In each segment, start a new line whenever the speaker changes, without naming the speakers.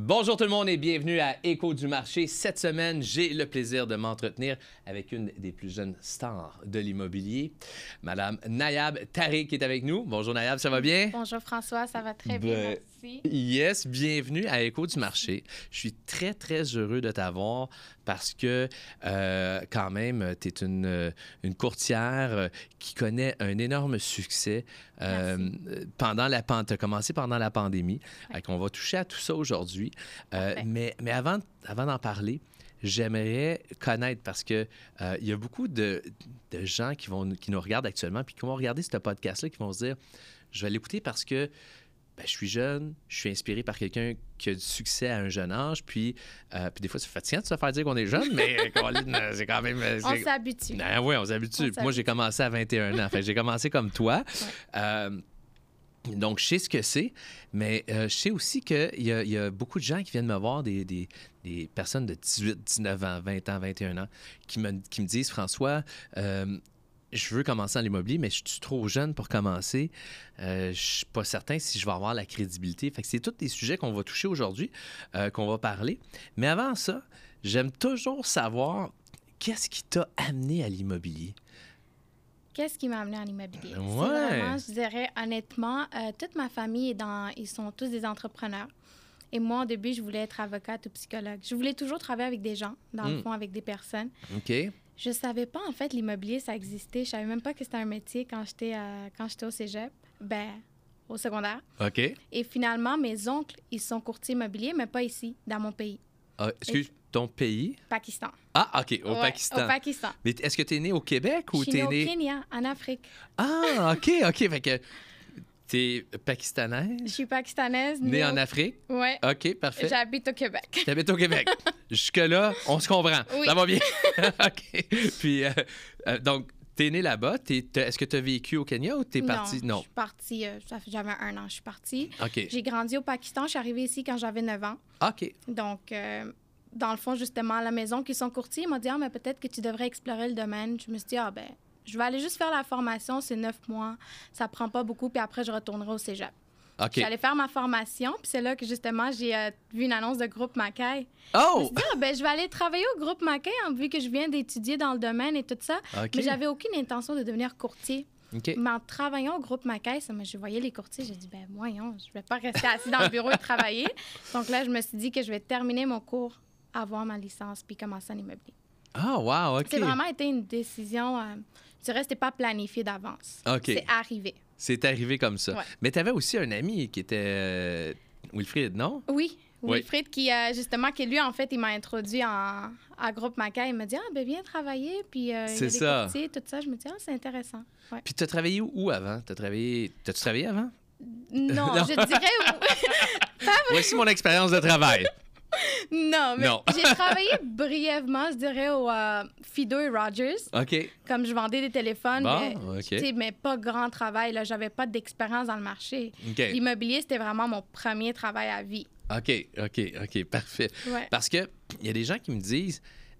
Bonjour tout le monde et bienvenue à Écho du marché. Cette semaine, j'ai le plaisir de m'entretenir avec une des plus jeunes stars de l'immobilier, Madame Nayab Tariq qui est avec nous. Bonjour Nayab, ça va bien?
Bonjour François, ça va très bien, merci.
Yes, bienvenue à Écho du marché. Je suis très, très heureux de t'avoir parce que quand même, tu es une courtière qui connaît un énorme succès. Tu as commencé pendant la pandémie.
Oui.
On va toucher à tout ça aujourd'hui. Mais avant d'en parler, j'aimerais connaître, parce que il y a beaucoup de gens qui nous regardent actuellement puis qui vont regarder ce podcast-là, qui vont se dire, je vais l'écouter parce que je suis jeune, je suis inspiré par quelqu'un qui a du succès à un jeune âge, puis des fois, c'est fatigant de se faire dire qu'on est jeune, mais c'est quand même...
On s'habitue.
Ben, oui, on s'habitue. Moi, j'ai commencé à 21 ans. J'ai commencé comme toi. Ouais. Donc, je sais ce que c'est, mais je sais aussi qu'il y a beaucoup de gens qui viennent me voir, des personnes de 18, 19 ans, 20 ans, 21 ans, qui me disent, François, je veux commencer en immobilier, mais je suis trop jeune pour commencer. Je ne suis pas certain si je vais avoir la crédibilité. Fait que c'est tous des sujets qu'on va toucher aujourd'hui, qu'on va parler. Mais avant ça, j'aime toujours savoir qu'est-ce qui t'a amené à l'immobilier?
Qu'est-ce qui m'a amené en immobilier?
Ouais.
C'est vraiment, je dirais honnêtement, toute ma famille ils sont tous des entrepreneurs. Et moi, au début, je voulais être avocate ou psychologue. Je voulais toujours travailler avec des gens, dans le fond, avec des personnes.
OK.
Je savais pas, en fait, l'immobilier, ça existait. Je savais même pas que c'était un métier quand j'étais au cégep, au secondaire.
OK.
Et finalement, mes oncles, ils sont courtiers immobiliers, mais pas ici, dans mon pays.
Ton pays?
Pakistan.
Ah, OK, au Pakistan.
Au Pakistan.
Mais est-ce que tu es né au Québec ou
tu es né? Je suis née au Kenya, en Afrique.
Ah, OK. Fait que tu es pakistanaise?
Je suis pakistanaise.
Née en Afrique?
Oui.
OK, parfait.
J'habite au Québec.
Tu habites au Québec. Jusque-là, on se comprend.
Oui.
Ça va bien. OK. Puis, donc, tu es né là-bas. Est-ce que tu as vécu au Kenya ou tu es partie?
Non, je suis partie. J'avais 1 an, je suis partie.
OK.
J'ai grandi au Pakistan. Je suis arrivée ici quand j'avais 9 ans.
OK.
Donc, dans le fond, justement, à la maison, qui sont courtiers, ils m'ont dit, mais peut-être que tu devrais explorer le domaine. Je me suis dit, je vais aller juste faire la formation, c'est 9 mois. Ça prend pas beaucoup, puis après, je retournerai au cégep.
OK.
J'allais faire ma formation, puis c'est là que, justement, j'ai vu une annonce de Groupe Mackay.
Oh!
Je me suis dit, je vais aller travailler au Groupe Mackay, vu que je viens d'étudier dans le domaine et tout ça.
OK.
Mais j'avais aucune intention de devenir courtier.
OK.
Mais en travaillant au Groupe Mackay, je voyais les courtiers, j'ai dit, voyons, je vais pas rester assis dans le bureau et travailler. Donc là, je me suis dit que je vais terminer mon cours, avoir ma licence, puis commencer en immobilier.
Ah, wow, OK.
C'est vraiment été une décision, je dirais, c'était pas planifié d'avance.
OK.
C'est arrivé.
C'est arrivé comme ça.
Ouais.
Mais tu avais aussi un ami qui était Wilfrid, non?
Oui. Wilfrid, qui lui, en fait, il m'a introduit à Groupe Mackay. Il m'a dit, viens travailler, puis il y a des courtiers, tout ça. Je me dis, c'est intéressant. Ouais.
Puis tu as travaillé où avant? T'as-tu travaillé avant?
Non, je dirais...
Voici mon expérience de travail.
Non, mais j'ai travaillé brièvement, je dirais, au Fido et Rogers.
OK.
Comme je vendais des téléphones,
OK.
mais pas grand travail. Là, j'avais pas d'expérience dans le marché.
OK.
L'immobilier, c'était vraiment mon premier travail à vie.
OK, parfait.
Ouais.
Parce que il y a des gens qui me disent,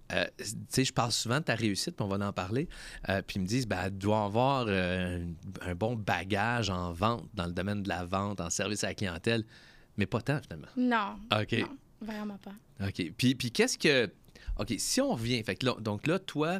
je parle souvent de ta réussite, puis on va en parler, puis ils me disent, elle doit avoir un bon bagage en vente, dans le domaine de la vente, en service à la clientèle, mais pas tant, finalement.
Non.
OK.
Non, vraiment pas.
OK. Puis qu'est-ce que... OK, si on revient, donc là, toi,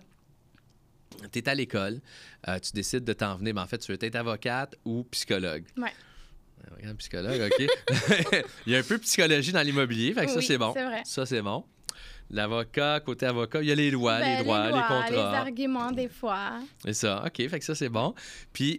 tu es à l'école, tu décides de t'en venir, mais en fait, tu veux être avocate ou psychologue.
Oui.
Regarde, psychologue, OK. Il y a un peu de psychologie dans l'immobilier, fait que ça, c'est bon.
C'est vrai.
Ça, c'est bon. L'avocat, côté avocat, il y a les lois, les droits, les contrats.
Les arguments, des fois.
C'est ça, OK, fait que ça, c'est bon. Puis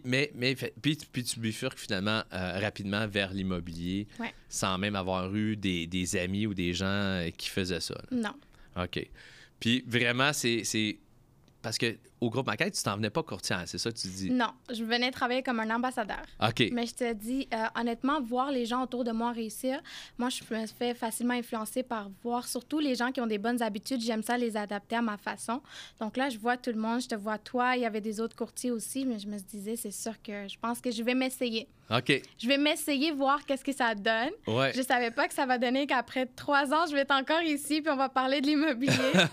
tu bifurques finalement rapidement vers l'immobilier, sans même avoir eu des amis ou des gens qui faisaient ça. Là.
Non.
OK. Puis vraiment, c'est parce qu'au Groupe Mackay, tu t'en venais pas courtier, c'est ça que tu dis?
Non, je venais travailler comme un ambassadeur.
OK.
Mais je te dis, honnêtement, voir les gens autour de moi réussir, moi, je me fais facilement influencer par voir surtout les gens qui ont des bonnes habitudes. J'aime ça les adapter à ma façon. Donc là, je vois tout le monde, je te vois toi, il y avait des autres courtiers aussi, mais je me disais, c'est sûr que je pense que je vais m'essayer.
OK.
Je vais m'essayer, voir qu'est-ce que ça donne.
Ouais.
Je savais pas que ça va donner qu'après 3 ans, je vais être encore ici, puis on va parler de l'immobilier.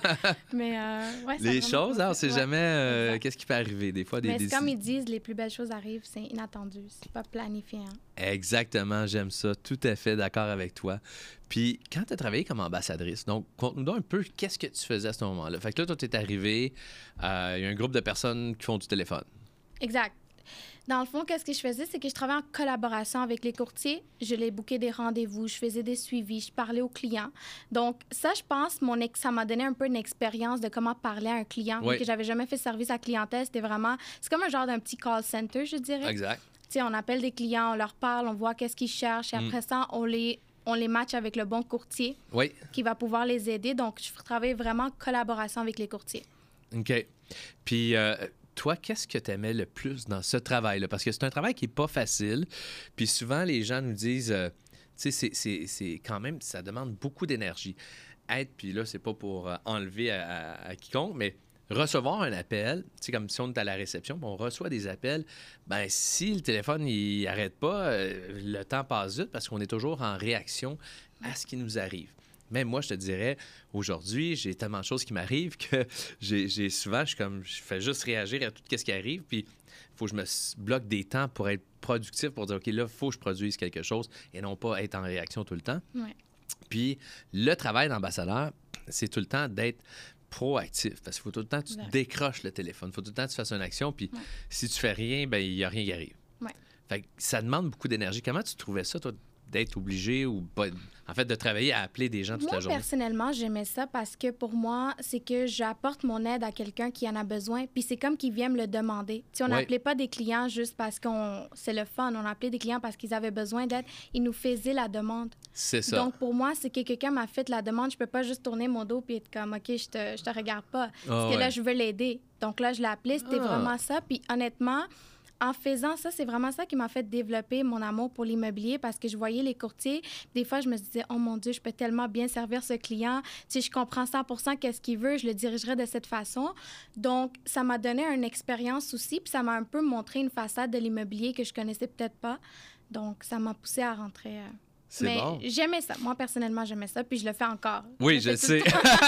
Mais ouais, ça
Les choses, on ne sait
ouais.
jamais qu'est-ce qui peut arriver. Des fois,
Mais c'est comme ils disent, les plus belles choses arrivent, c'est inattendu. C'est pas planifié. Hein.
Exactement, j'aime ça. Tout à fait d'accord avec toi. Puis, quand tu as travaillé comme ambassadrice, donc, conte-nous donc un peu qu'est-ce que tu faisais à ce moment-là. Fait que là, toi, tu es arrivé, il y a un groupe de personnes qui font du téléphone.
Exact. Dans le fond, qu'est-ce que je faisais, c'est que je travaillais en collaboration avec les courtiers. Je les bookais des rendez-vous, je faisais des suivis, je parlais aux clients. Donc, ça, je pense, ça m'a donné un peu une expérience de comment parler à un client.
Oui.
Que j'avais jamais fait service à la clientèle. C'était vraiment... C'est comme un genre d'un petit call center, je dirais.
Exact.
Tu sais, on appelle des clients, on leur parle, on voit qu'est-ce qu'ils cherchent. Et après ça, on les match avec le bon courtier
Oui.
qui va pouvoir les aider. Donc, je travaille vraiment en collaboration avec les courtiers.
OK. Puis, toi, qu'est-ce que tu aimais le plus dans ce travail-là? Parce que c'est un travail qui n'est pas facile. Puis souvent, les gens nous disent, tu sais, c'est quand même, ça demande beaucoup d'énergie. Puis là, c'est pas pour enlever à quiconque, mais recevoir un appel, tu sais, comme si on est à la réception, on reçoit des appels, ben si le téléphone, il n'arrête pas, le temps passe vite parce qu'on est toujours en réaction à ce qui nous arrive. Même moi, je te dirais, aujourd'hui, j'ai tellement de choses qui m'arrivent que j'ai souvent, je fais juste réagir à tout ce qui arrive, puis il faut que je me bloque des temps pour être productif, pour dire, OK, là, il faut que je produise quelque chose et non pas être en réaction tout le temps.
Ouais.
Puis le travail d'ambassadeur, c'est tout le temps d'être proactif, parce qu'il faut tout le temps que tu décroches le téléphone, il faut tout le temps que tu fasses une action, puis si tu fais rien, ben il n'y a rien qui arrive.
Ouais.
Fait que ça demande beaucoup d'énergie. Comment tu trouvais ça, toi, d'être obligé ou pas, en fait, de travailler à appeler des gens toute la journée?
Moi, personnellement, j'aimais ça parce que pour moi, c'est que j'apporte mon aide à quelqu'un qui en a besoin, puis c'est comme qu'il vient me le demander. Tu sais, on n'appelait pas des clients juste parce que c'est le fun, on appelait des clients parce qu'ils avaient besoin d'aide. Ils nous faisaient la demande.
C'est ça.
Donc, pour moi, c'est que quelqu'un m'a fait la demande, je peux pas juste tourner mon dos puis être comme, OK, je te regarde pas. Parce que là, je veux l'aider. Donc là, je l'ai appelé, c'était vraiment ça. Puis honnêtement, en faisant ça, c'est vraiment ça qui m'a fait développer mon amour pour l'immobilier parce que je voyais les courtiers. Des fois, je me disais, oh mon Dieu, je peux tellement bien servir ce client. Si je comprends 100% qu'est-ce qu'il veut, je le dirigerai de cette façon. Donc, ça m'a donné une expérience aussi, puis ça m'a un peu montré une façade de l'immobilier que je connaissais peut-être pas. Donc, ça m'a poussé à rentrer.
C'est bon.
J'aimais ça. Moi, personnellement, j'aimais ça, puis je le fais encore.
Oui, je sais.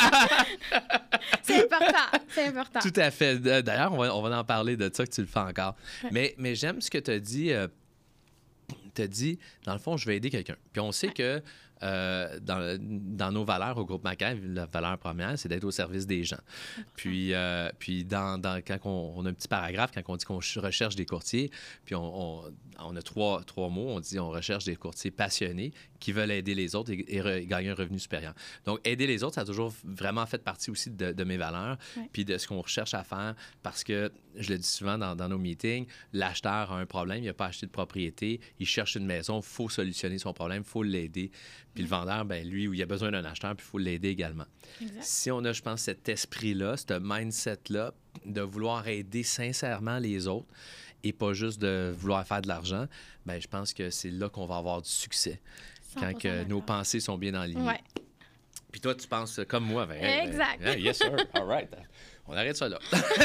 C'est important. C'est important.
Tout à fait. D'ailleurs, on va en parler de ça, que tu le fais encore.
Ouais.
Mais j'aime ce que tu as dit. Tu as dit, dans le fond, je vais aider quelqu'un. Puis on sait que dans nos valeurs au groupe Macaire, la valeur première, c'est d'être au service des gens. Puis quand on a un petit paragraphe, quand on dit qu'on recherche des courtiers, puis on a trois mots, on dit on recherche des courtiers passionnés qui veulent aider les autres et gagner un revenu supérieur. Donc, aider les autres, ça a toujours vraiment fait partie aussi de mes valeurs, puis de ce qu'on recherche à faire, parce que, je le dis souvent dans nos meetings, l'acheteur a un problème, il n'a pas acheté de propriété, il cherche une maison, il faut solutionner son problème, il faut l'aider. Puis le vendeur, ben lui, il a besoin d'un acheteur, puis il faut l'aider également.
Exact.
Si on a, je pense, cet esprit-là, ce mindset-là, de vouloir aider sincèrement les autres et pas juste de vouloir faire de l'argent, ben je pense que c'est là qu'on va avoir du succès, quand que nos pensées sont bien alignées.
Ouais.
Puis toi, tu penses comme moi.
Exact.
Yes, sir. All right. On arrête ça là.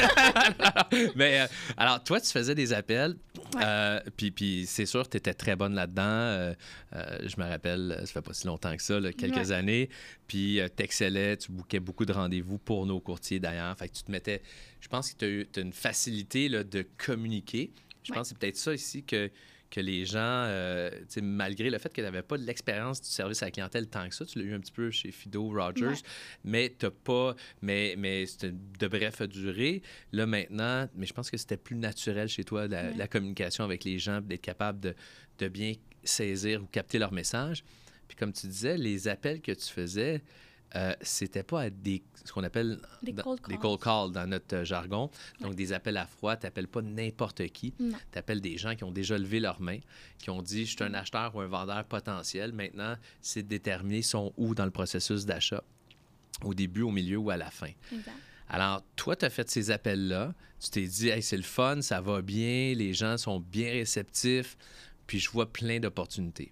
Mais alors, toi, tu faisais des appels. Puis c'est sûr, tu étais très bonne là-dedans. Je me rappelle, ça fait pas si longtemps que ça, là, quelques années. Puis tu excellais, tu bookais beaucoup de rendez-vous pour nos courtiers d'ailleurs. Fait que tu te mettais... Je pense que tu as une facilité là, de communiquer. Je pense que c'est peut-être ça ici que les gens, malgré le fait que tu n'avais pas de l'expérience du service à la clientèle tant que ça, tu l'as eu un petit peu chez Fido Rogers, mais tu n'as pas... Mais c'était de bref durée. Là, maintenant, mais je pense que c'était plus naturel chez toi, la communication avec les gens, d'être capable de bien saisir ou capter leur message. Puis comme tu disais, les appels que tu faisais... c'était pas à ce qu'on appelle
des cold
calls dans notre jargon. Donc, des appels à froid. Tu n'appelles pas n'importe qui. Tu appelles des gens qui ont déjà levé leurs mains, qui ont dit « Je suis un acheteur ou un vendeur potentiel. » Maintenant, c'est de déterminer son où dans le processus d'achat, au début, au milieu ou à la fin.
Exact.
Alors, toi, tu as fait ces appels-là. Tu t'es dit « Hey, c'est le fun, ça va bien, les gens sont bien réceptifs, puis je vois plein d'opportunités. »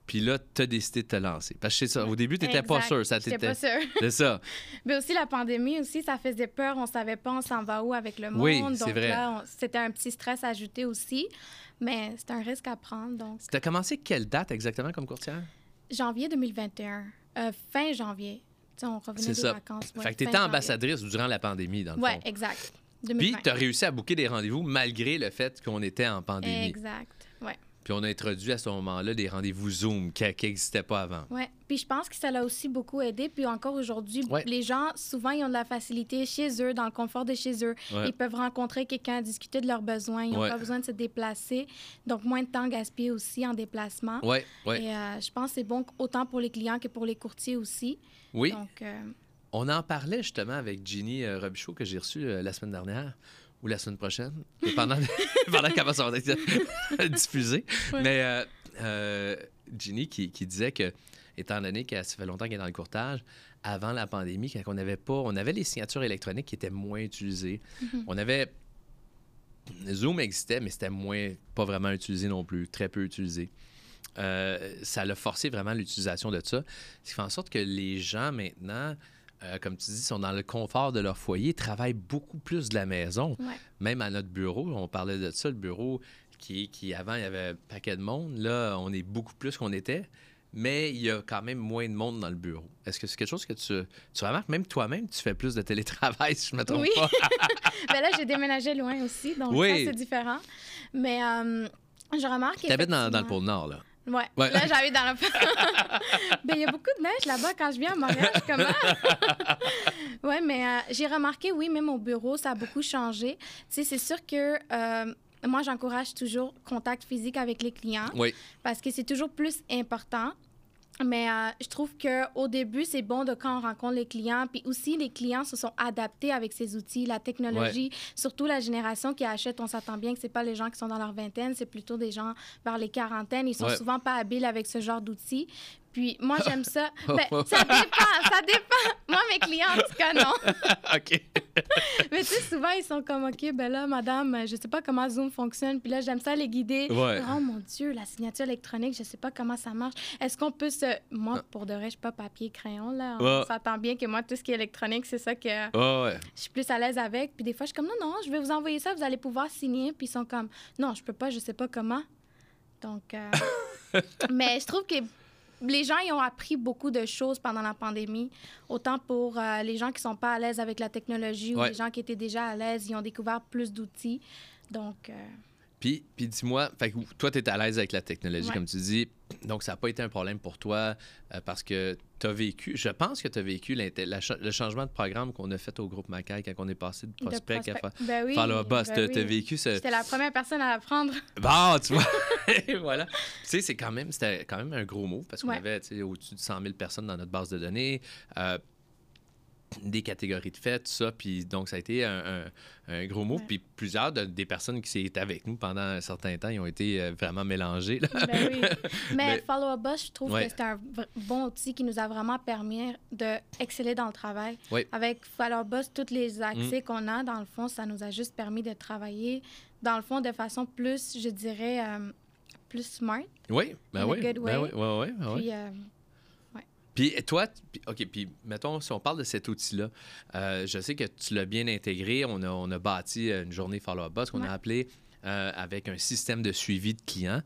Puis là, tu as décidé de te lancer. Parce que c'est ça, au début, tu n'étais pas sûr.
J'étais pas sûre.
C'est ça.
Mais aussi, la pandémie aussi, ça faisait peur. On savait pas, on s'en va où avec le monde.
Oui, c'est
donc
vrai.
Là, c'était un petit stress ajouté aussi. Mais c'est un risque à prendre. Donc...
Tu as commencé quelle date exactement comme courtière?
Janvier 2021. Fin janvier. Tu sais, on revenait des vacances.
Fait que tu étais ambassadrice durant la pandémie, dans le fond.
Oui, exact. 2020.
Puis, tu as réussi à booker des rendez-vous malgré le fait qu'on était en pandémie.
Exact, oui.
Puis on a introduit à ce moment-là des rendez-vous Zoom qui n'existaient pas avant.
Oui. Puis je pense que ça l'a aussi beaucoup aidé. Puis encore aujourd'hui, les gens, souvent, ils ont de la facilité chez eux, dans le confort de chez eux. Ils peuvent rencontrer quelqu'un, discuter de leurs besoins. Ils n'ont pas besoin de se déplacer. Donc, moins de temps gaspillé aussi en déplacement.
Oui.
Et je pense que c'est bon autant pour les clients que pour les courtiers aussi.
Oui.
Donc,
on en parlait justement avec Ginny Robichaud que j'ai reçue la semaine dernière. Ou la semaine prochaine, pendant qu'elle va s'en être diffusée. Ouais. Mais Ginny qui disait que, étant donné que ça fait longtemps qu'elle est dans le courtage, avant la pandémie, quand on avait les signatures électroniques qui étaient moins utilisées. On avait... Zoom existait, mais c'était pas vraiment utilisé non plus, très peu utilisé. Ça l'a forcé vraiment l'utilisation de ça. Ce qui fait en sorte que les gens, maintenant... comme tu dis, sont dans le confort de leur foyer, travaillent beaucoup plus de la maison.
Ouais.
Même à notre bureau, on parlait de ça, le bureau qui avant, il y avait un paquet de monde. Là, on est beaucoup plus qu'on était, mais il y a quand même moins de monde dans le bureau. Est-ce que c'est quelque chose que tu remarques? Même toi-même, tu fais plus de télétravail, si je ne me trompe pas.
Bien là, j'ai déménagé loin aussi, donc ça, c'est différent. Mais je remarque...
Tu habites dans le pôle Nord, là.
Ouais. Là, j'habite dans le... Ben, il y a beaucoup de neige là-bas. Quand je viens à Montréal, je suis comme... Oui, mais j'ai remarqué, oui, même au bureau, ça a beaucoup changé. Tu sais, c'est sûr que moi, j'encourage toujours contact physique avec les clients.
Oui.
Parce que c'est toujours plus important. Mais je trouve qu'au début, c'est bon de quand on rencontre les clients. Puis aussi, les clients se sont adaptés avec ces outils, la technologie. Surtout la génération qui achète, on s'attend bien que c'est pas les gens qui sont dans leur vingtaine, c'est plutôt des gens vers les quarantaines. Ils sont souvent pas habiles avec ce genre d'outils. Puis moi, j'aime ça. Ben, ça dépend. Moi, mes clients, en tout cas, non.
OK.
Mais tu sais, souvent, ils sont comme, OK, ben là, madame, je sais pas comment Zoom fonctionne. Puis là, j'aime ça les guider.
Ouais.
Oh mon Dieu, la signature électronique, je sais pas comment ça marche. Est-ce qu'on peut se... Moi, pour de vrai, je suis pas papier, crayon, là. On s'entend bien que moi, tout ce qui est électronique, c'est ça que je suis plus à l'aise avec. Puis des fois, je suis comme, non, je vais vous envoyer ça, vous allez pouvoir signer. Puis ils sont comme, non, je peux pas, je sais pas comment. Donc, mais je trouve que les gens, ils ont appris beaucoup de choses pendant la pandémie, autant pour les gens qui sont pas à l'aise avec la technologie ou les gens qui étaient déjà à l'aise, ils ont découvert plus d'outils. Donc...
Puis dis-moi, fait que toi, tu es à l'aise avec la technologie, comme tu dis. Donc, ça n'a pas été un problème pour toi parce que tu as vécu, je pense que tu as vécu le changement de programme qu'on a fait au groupe Macaille quand on est passé de prospect à follow boss. Tu as vécu ce...
J'étais la première personne à l'apprendre.
Bon, tu vois. Voilà. Tu sais, c'était quand même un gros mot parce qu'on avait au-dessus de 100 000 personnes dans notre base de données. Des catégories de fêtes, tout ça. Puis donc, ça a été un gros mot. Puis plusieurs des personnes qui étaient avec nous pendant un certain temps, ils ont été vraiment mélangées. Là.
Ben oui. Mais Follow Up Boss, je trouve que c'est un bon outil qui nous a vraiment permis d'exceller dans le travail. Oui. Avec Follow Up Boss, tous les accès qu'on a, dans le fond, ça nous a juste permis de travailler, dans le fond, de façon plus, je dirais, plus smart.
Oui, ben oui.
Good way.
Puis, puis toi, OK, puis mettons, si on parle de cet outil-là, je sais que tu l'as bien intégré. On a bâti une journée Follow-up Boss qu'on a appelée avec un système de suivi de clients.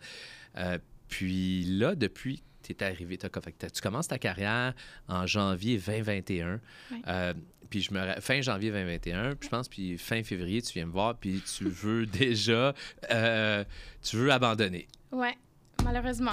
Puis là, depuis que tu es arrivé, tu commences ta carrière en janvier 2021. Oui. Puis fin janvier 2021, puis je pense, puis fin février, tu viens me voir, puis tu veux déjà... tu veux abandonner.
Ouais. Malheureusement.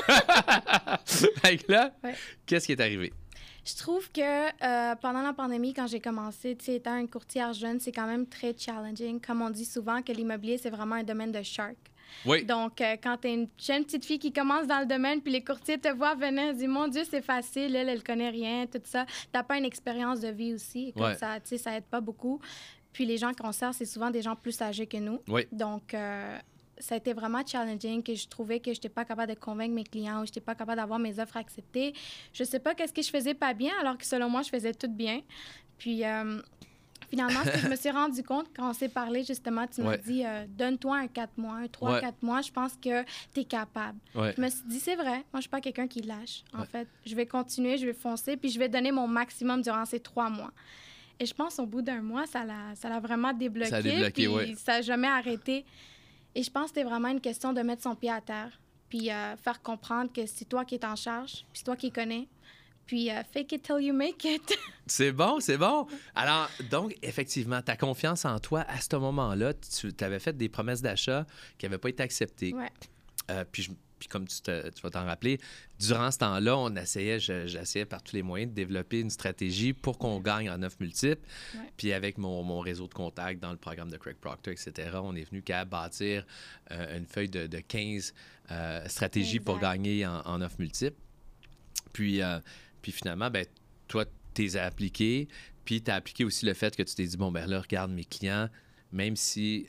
Fait que là, qu'est-ce qui est arrivé?
Je trouve que pendant la pandémie, quand j'ai commencé, tu sais, étant une courtière jeune, c'est quand même très challenging. Comme on dit souvent que l'immobilier, c'est vraiment un domaine de shark. Oui. Donc, quand tu es une jeune petite fille qui commence dans le domaine, puis les courtiers te voient venir, ils disent, mon Dieu, c'est facile, elle connaît rien, tout ça. T'as pas une expérience de vie aussi. Et comme ça, tu sais, ça aide pas beaucoup. Puis les gens qu'on sert, c'est souvent des gens plus âgés que nous. Oui. Donc, ça a été vraiment challenging, que je trouvais que je n'étais pas capable de convaincre mes clients ou je n'étais pas capable d'avoir mes offres acceptées. Je ne sais pas qu'est-ce que je faisais pas bien, alors que selon moi, je faisais tout bien. Puis, Finalement, ce que je me suis rendu compte quand on s'est parlé, justement, tu m'as
Ouais.
dit donne-toi un 4 mois, un 3,
Ouais.
4 mois, je pense que tu es capable.
Ouais.
Je me suis dit, c'est vrai, moi, je suis pas quelqu'un qui lâche. En
Ouais.
fait, je vais continuer, je vais foncer, puis je vais donner mon maximum durant ces 3 mois. Et je pense au bout d'un mois, ça l'a vraiment débloqué.
Ça a débloqué,
puis
ouais.
ça n'a jamais arrêté. Et je pense que c'était vraiment une question de mettre son pied à terre, puis faire comprendre que c'est toi qui es en charge, puis c'est toi qui connais. Puis fake it till you make it.
C'est bon, c'est bon. Alors, donc, effectivement, ta confiance en toi, à ce moment-là, tu avais fait des promesses d'achat qui n'avaient pas été acceptées.
Ouais.
Puis comme tu vas t'en rappeler, durant ce temps-là, j'essayais par tous les moyens de développer une stratégie pour qu'on gagne en 9 multiples.
Ouais.
Puis avec mon réseau de contacts dans le programme de Craig Proctor, etc., on est venu qu'à bâtir une feuille de 15 stratégies pour
Exact.
gagner en 9 multiples. Puis finalement, ben toi, tu les as appliqués. Puis tu as appliqué aussi le fait que tu t'es dit, bon, ben là, regarde mes clients, même s'ils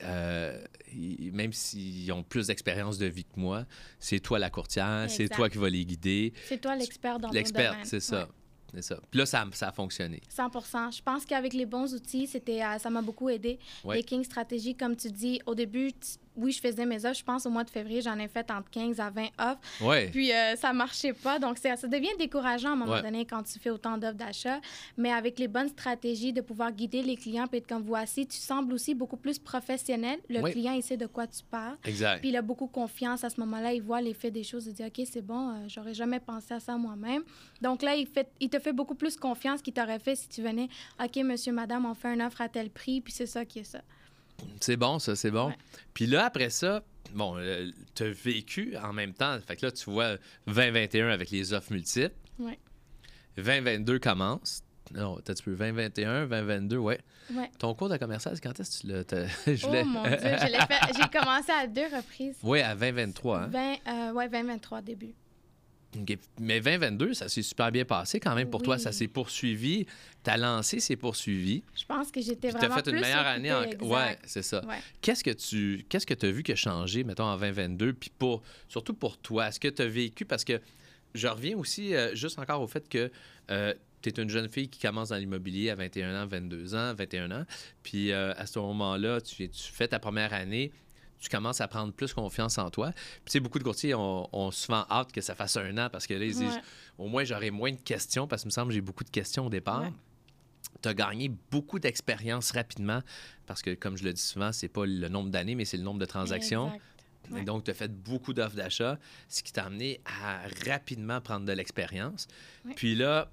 ont plus d'expérience de vie que moi, c'est toi la courtière, c'est
Exact.
toi qui vas les guider.
C'est toi l'expert dans ton
L'expert,
domaine.
c'est ça.
Ouais.
C'est ça. Puis là, ça a fonctionné.
100%. Je pense qu'avec les bons outils, ça m'a beaucoup aidé.
Ouais.
Les King Stratégies, comme tu dis, au début, oui, je faisais mes offres. Je pense au mois de février, j'en ai fait entre 15 à 20 offres.
Ouais.
Puis ça marchait pas. Donc, ça devient décourageant à un moment
Ouais.
donné quand tu fais autant d'offres d'achat. Mais avec les bonnes stratégies de pouvoir guider les clients, puis être comme voici, tu sembles aussi beaucoup plus professionnel. Le
Ouais.
client, il sait de quoi tu parles.
Exact.
Puis il a beaucoup confiance à ce moment-là. Il voit l'effet des choses. Il dit, OK, c'est bon, j'aurais jamais pensé à ça moi-même. Donc là, il te fait beaucoup plus confiance qu'il t'aurait fait si tu venais, OK, monsieur, madame, on fait une offre à tel prix, puis c'est ça qui est ça.
C'est bon, ça, c'est bon.
Ouais.
Puis là, après ça, bon, tu as vécu en même temps. Fait que là, tu vois 2021 avec les offres multiples.
Ouais.
2022 commence. Non, t'as tu peux 2021, 2022, ouais.
Ouais.
Ton cours de commercial, quand est-ce que tu l'as?
Oh mon Dieu, je l'ai fait. J'ai commencé à 2 reprises.
Oui, à 2023. Hein?
2023 début.
OK. Mais 2022, ça s'est super bien passé quand même pour toi.
Oui.
Ça s'est poursuivi. Ta lancée s'est poursuivie.
Je pense que j'étais
Puis t'as
vraiment
fait une
plus
meilleure
occupée,
année.
exact.
Ouais, c'est ça.
Ouais.
Qu'est-ce que tu as vu qui a changé, mettons, en 2022? Puis surtout pour toi, est-ce que tu as vécu? Parce que je reviens aussi juste encore au fait que tu es une jeune fille qui commence dans l'immobilier à 21 ans, 22 ans, 21 ans. Puis à ce moment-là, tu fais ta première année. Tu commences à prendre plus confiance en toi. Puis, tu sais, beaucoup de courtiers ont souvent hâte que ça fasse 1 an parce que là, ils disent, au moins, j'aurai moins de questions parce que, il me semble, que j'ai beaucoup de questions au départ.
Ouais.
Tu as gagné beaucoup d'expérience rapidement parce que, comme je le dis souvent, c'est pas le nombre d'années, mais c'est le nombre de transactions.
Exact.
Et
Ouais.
donc, tu as fait beaucoup d'offres d'achat, ce qui t'a amené à rapidement prendre de l'expérience.
Ouais.
Puis là,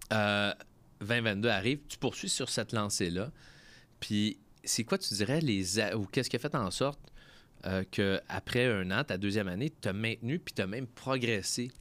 2022 arrive, tu poursuis sur cette lancée-là. Puis, c'est quoi, tu dirais, ou qu'est-ce qui a fait en sorte qu'après 1 an, ta deuxième année, tu as maintenu puis tu as même progressé?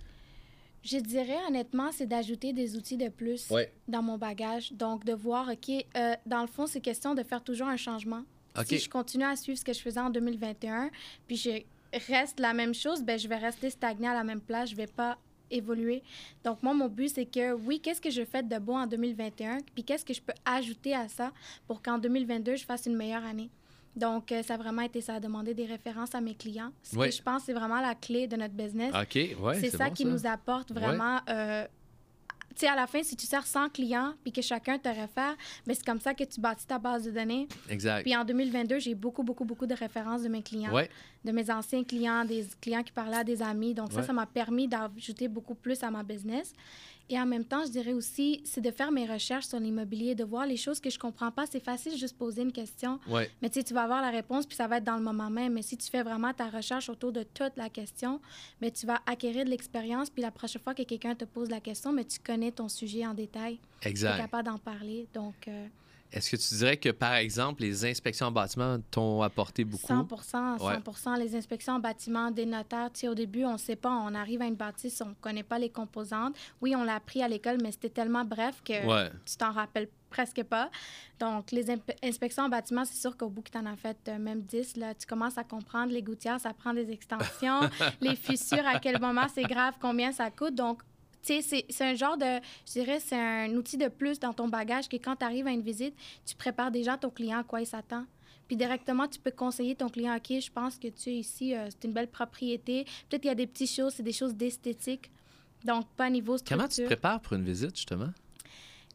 Je dirais honnêtement, c'est d'ajouter des outils de plus
Ouais.
dans mon bagage. Donc, de voir, OK, dans le fond, c'est question de faire toujours un changement.
OK.
Si je continue à suivre ce que je faisais en 2021, puis je reste la même chose, ben je vais rester stagnée à la même place, je vais pas évoluer. Donc, moi, mon but, c'est que, oui, qu'est-ce que je fais de bon en 2021, puis qu'est-ce que je peux ajouter à ça pour qu'en 2022, je fasse une meilleure année. Donc, ça a vraiment été ça, demander des références à mes clients. Ce
Ouais.
que je pense, c'est vraiment la clé de notre business.
OK, ouais,
c'est ça
bon,
qui nous apporte vraiment... tu sais, à la fin, si tu sers 100 clients puis que chacun te réfère, bien, c'est comme ça que tu bâtis ta base de données.
Exact.
Puis en 2022, j'ai beaucoup de références de mes clients,
Ouais.
de mes anciens clients, des clients qui parlaient à des amis. Donc
Ouais.
ça m'a permis d'ajouter beaucoup plus à ma business. Et en même temps, je dirais aussi, c'est de faire mes recherches sur l'immobilier, de voir les choses que je comprends pas. C'est facile juste poser une question.
Ouais.
Mais tu sais, tu vas avoir la réponse, puis ça va être dans le moment même. Mais si tu fais vraiment ta recherche autour de toute la question, mais tu vas acquérir de l'expérience, puis la prochaine fois que quelqu'un te pose la question, mais tu connais ton sujet en détail. Tu es
Exact.
capable d'en parler. Donc,
Est-ce que tu dirais que, par exemple, les inspections en bâtiment t'ont apporté beaucoup?
100 Les inspections en bâtiment, des notaires, tu sais, au début, on ne sait pas, on arrive à une bâtisse, on ne connaît pas les composantes. Oui, on l'a appris à l'école, mais c'était tellement bref que
Ouais.
tu t'en rappelles presque pas. Donc, les inspections en bâtiment, c'est sûr qu'au bout que tu en as fait même 10, là, tu commences à comprendre les gouttières, ça prend des extensions, les fissures, à quel moment c'est grave, combien ça coûte. Donc, tu sais, c'est un genre de, je dirais, c'est un outil de plus dans ton bagage que quand tu arrives à une visite, tu prépares déjà ton client à quoi il s'attend. Puis directement, tu peux conseiller ton client, OK, je pense que tu es ici, c'est une belle propriété. Peut-être qu'il y a des petites choses, c'est des choses d'esthétique. Donc, pas à niveau structure.
Comment tu te prépares pour une visite, justement?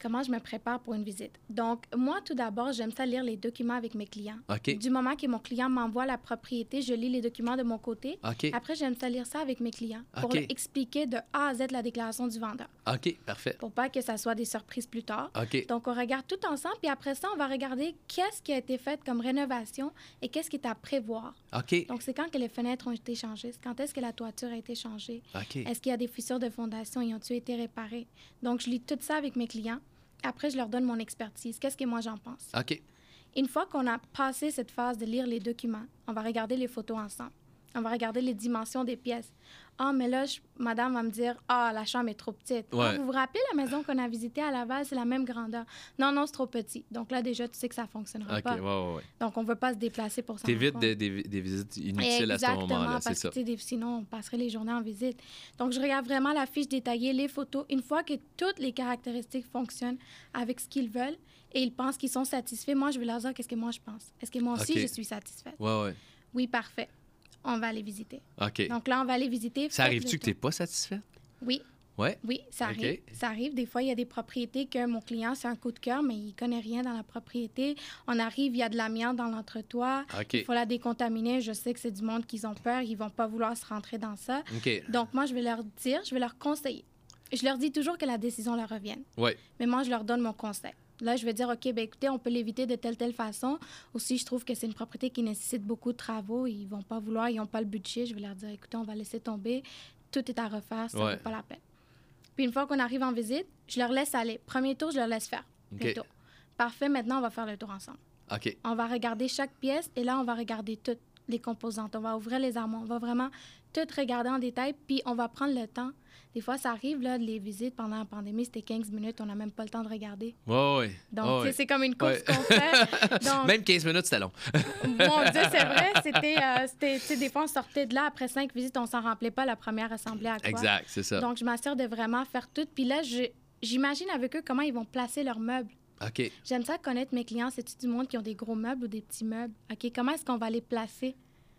Comment je me prépare pour une visite? Donc, moi, tout d'abord, j'aime ça lire les documents avec mes clients.
OK.
Du moment que mon client m'envoie la propriété, je lis les documents de mon côté.
OK.
Après, j'aime ça lire ça avec mes clients pour
OK.
leur expliquer de A à Z la déclaration du vendeur.
OK, parfait.
Pour pas que ça soit des surprises plus tard.
OK.
Donc, on regarde tout ensemble, puis après ça, on va regarder qu'est-ce qui a été fait comme rénovation et qu'est-ce qui est à prévoir.
OK.
Donc, c'est quand que les fenêtres ont été changées, quand est-ce que la toiture a été changée,
OK.
est-ce qu'il y a des fissures de fondation, ils ont-ils été réparés. Donc, je lis tout ça avec mes clients. Après, je leur donne mon expertise. Qu'est-ce que moi, j'en pense?
OK.
Une fois qu'on a passé cette phase de lire les documents, on va regarder les photos ensemble. On va regarder les dimensions des pièces. Ah, mais là, madame va me dire, ah, la chambre est trop petite.
Ouais.
Ah, vous vous rappelez la maison qu'on a visitée à Laval, c'est la même grandeur. Non, non, c'est trop petit. Donc là, déjà, tu sais que ça ne fonctionnera
OK,
pas.
ouais.
Donc, on ne veut pas se déplacer pour ça.
T'évites des visites inutiles à ce moment-là, c'est ça.
Exactement, parce que sinon, on passerait les journées en visite. Donc, je regarde vraiment la fiche détaillée, les photos. Une fois que toutes les caractéristiques fonctionnent avec ce qu'ils veulent et ils pensent qu'ils sont satisfaits, moi, je vais leur dire qu'est-ce que moi, je pense. Est-ce que moi aussi,
OK.
je suis satisfaite?
Ouais.
Oui, parfait. On va aller visiter.
OK.
Donc là, on va aller visiter.
Ça arrive-tu que tu n'es pas satisfaite?
Oui.
Ouais.
Oui, ça
OK.
arrive. Ça arrive. Des fois, il y a des propriétés que mon client, c'est un coup de cœur, mais il ne connaît rien dans la propriété. On arrive, il y a de l'amiante dans l'entretoit.
OK.
Il faut la décontaminer. Je sais que c'est du monde qui ont peur. Ils ne vont pas vouloir se rentrer dans ça.
OK.
Donc, moi, je vais leur dire, je vais leur conseiller. Je leur dis toujours que la décision leur revienne.
Ouais.
Mais moi, je leur donne mon conseil. Là, je vais dire, OK, bien, écoutez, on peut l'éviter de telle façon. Aussi, je trouve que c'est une propriété qui nécessite beaucoup de travaux. Ils vont pas vouloir, ils n'ont pas le budget. Je vais leur dire, écoutez, on va laisser tomber. Tout est à refaire, ça ne
Ouais.
vaut pas la peine. Puis une fois qu'on arrive en visite, je leur laisse aller. Premier tour, je leur laisse faire le
OK.
tour. Parfait, maintenant, on va faire le tour ensemble.
OK.
On va regarder chaque pièce et là, on va regarder toutes les composantes. On va ouvrir les armoires. On va vraiment tout regarder en détail, puis on va prendre le temps. Des fois, ça arrive, là, les visites pendant la pandémie, c'était 15 minutes, on n'a même pas le temps de regarder.
Ouais.
Donc, tu sais, c'est comme une course
Ouais.
qu'on fait. Donc,
Même 15 minutes, c'était long.
mon Dieu, c'est vrai, c'était, tu sais, des fois, on sortait de là, après 5 visites, on s'en rappelait pas, la première ressemblait à quoi.
Exact, c'est ça.
Donc, je m'assure de vraiment faire tout. Puis là, j'imagine avec eux comment ils vont placer leurs meubles.
OK.
J'aime ça connaître mes clients. C'est-tu du monde qui ont des gros meubles ou des petits meubles? OK, comment est-ce qu'on va les placer?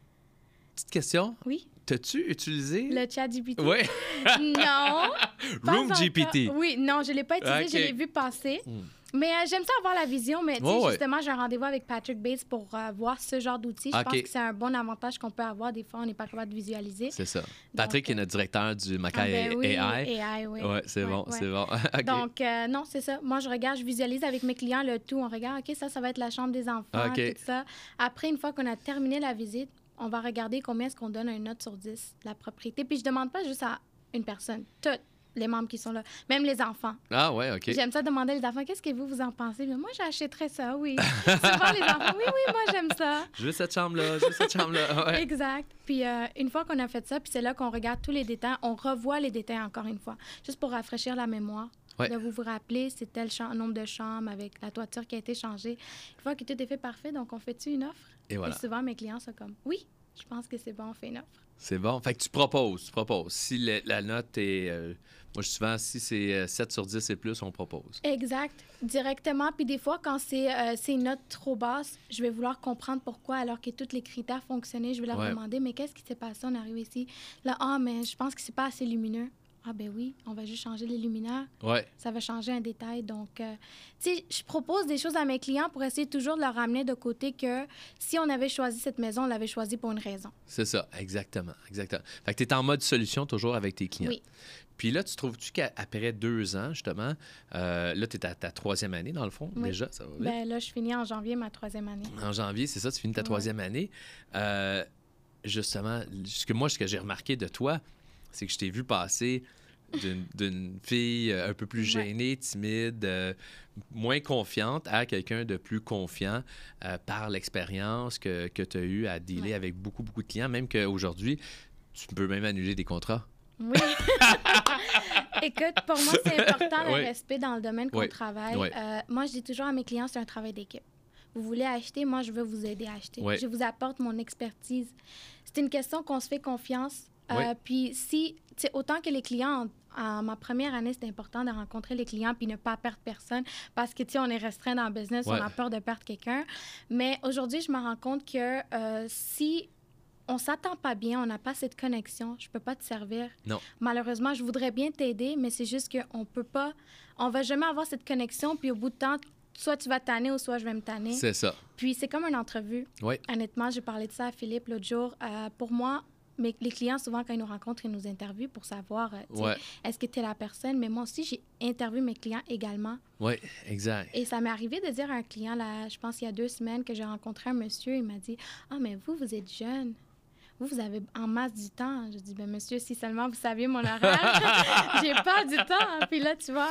Petite question.
Oui,
T'as-tu utilisé...
le chat GPT?
Oui.
Non. pas
Room
encore.
GPT.
Oui, non, je ne l'ai pas utilisé,
OK.
je l'ai vu passer. Mais j'aime ça avoir la vision, mais tu sais,
Ouais.
justement, j'ai un rendez-vous avec Patrick Bates pour voir ce genre d'outils. Je
OK.
pense que c'est un bon avantage qu'on peut avoir. Des fois, on n'est pas capable de visualiser.
C'est ça. Patrick est notre directeur du Mackay
ben oui,
AI.
AI, oui.
Ouais, c'est bon,
ouais.
c'est bon. OK.
Donc, non, c'est ça. Moi, je regarde, je visualise avec mes clients le tout. On regarde, OK, ça va être la chambre des enfants,
OK.
tout ça. Après, une fois qu'on a terminé la visite, on va regarder combien est-ce qu'on donne une note sur 10 de la propriété. Puis je demande pas juste à une personne, toutes les membres qui sont là, même les enfants.
Ah ouais, OK.
J'aime ça demander aux enfants, qu'est-ce que vous en pensez? Mais moi, j'achèterais ça, oui. Souvent, les enfants, oui, moi, j'aime ça.
Je veux cette chambre-là, je veux cette chambre-là. Ouais.
Exact. Puis une fois qu'on a fait ça, puis c'est là qu'on regarde tous les détails, on revoit les détails encore une fois, juste pour rafraîchir la mémoire.
Ouais.
De vous rappeler, c'est tel nombre de chambres avec la toiture qui a été changée. Une fois que tout est fait parfait, donc on fait-tu une offre?
Et voilà.
Et souvent, mes clients sont comme, oui, je pense que c'est bon, on fait une offre.
C'est bon. Fait que tu proposes. Si la note est... moi, souvent, si c'est 7 sur 10 et plus, on propose.
Exact. Directement. Puis des fois, quand c'est une note trop basse, je vais vouloir comprendre pourquoi, alors que tous les critères fonctionnaient. Je vais leur
Ouais.
demander, mais qu'est-ce qui s'est passé? On est arrivé ici. Là, mais je pense que c'est pas assez lumineux. Ah ben oui, on va juste changer les luminaires.
Ouais.
Ça va changer un détail. Donc, tu sais, je propose des choses à mes clients pour essayer toujours de leur ramener de côté que si on avait choisi cette maison, on l'avait choisie pour une raison.
C'est ça, exactement. Fait que tu es en mode solution toujours avec tes clients.
Oui.
Puis là, tu trouves-tu qu'après 2 ans, justement, là, tu es à ta 3e année, dans le fond,
Oui.
déjà, ça va vite.
Ben là, je finis en janvier ma 3e année.
En janvier, c'est ça, tu finis ta 3e année. Justement, ce que j'ai remarqué de toi, c'est que je t'ai vu passer d'une fille un peu plus gênée, timide, moins confiante, à quelqu'un de plus confiant par l'expérience que tu as eue à dealer avec beaucoup, beaucoup de clients, même qu'aujourd'hui, tu peux même annuler des contrats.
Oui. Écoute, pour moi, c'est important le
Oui.
respect dans le domaine qu'on
Oui.
travaille.
Oui.
Moi, je dis toujours à mes clients, c'est un travail d'équipe. Vous voulez acheter, moi, je veux vous aider à acheter.
Oui.
Je vous apporte mon expertise. C'est une question qu'on se fait confiance.
Oui.
Puis si, tu sais, autant que les clients, en ma première année, c'était important de rencontrer les clients puis ne pas perdre personne parce que, tu sais, on est restreint dans le business,
Ouais.
on a peur de perdre quelqu'un. Mais aujourd'hui, je me rends compte que si on s'attend pas bien, on n'a pas cette connexion, je peux pas te servir.
Non.
Malheureusement, je voudrais bien t'aider, mais c'est juste qu'on peut pas, on va jamais avoir cette connexion, puis au bout de temps, soit tu vas te tanner ou soit je vais me tanner.
C'est ça.
Puis c'est comme une entrevue.
Oui.
Honnêtement, j'ai parlé de ça à Philippe l'autre jour. Pour moi, mais les clients, souvent, quand ils nous rencontrent, ils nous interviewent pour savoir, est-ce que tu es la personne? Mais moi aussi, j'ai interviewé mes clients également.
Oui, exact.
Et ça m'est arrivé de dire à un client, là, je pense il y a 2 semaines, que j'ai rencontré un monsieur, il m'a dit, « Ah, mais vous êtes jeune. Vous avez en masse du temps. » Je dis, « Ben monsieur, si seulement vous saviez mon horaire, j'ai pas du temps. » Puis là, tu vois...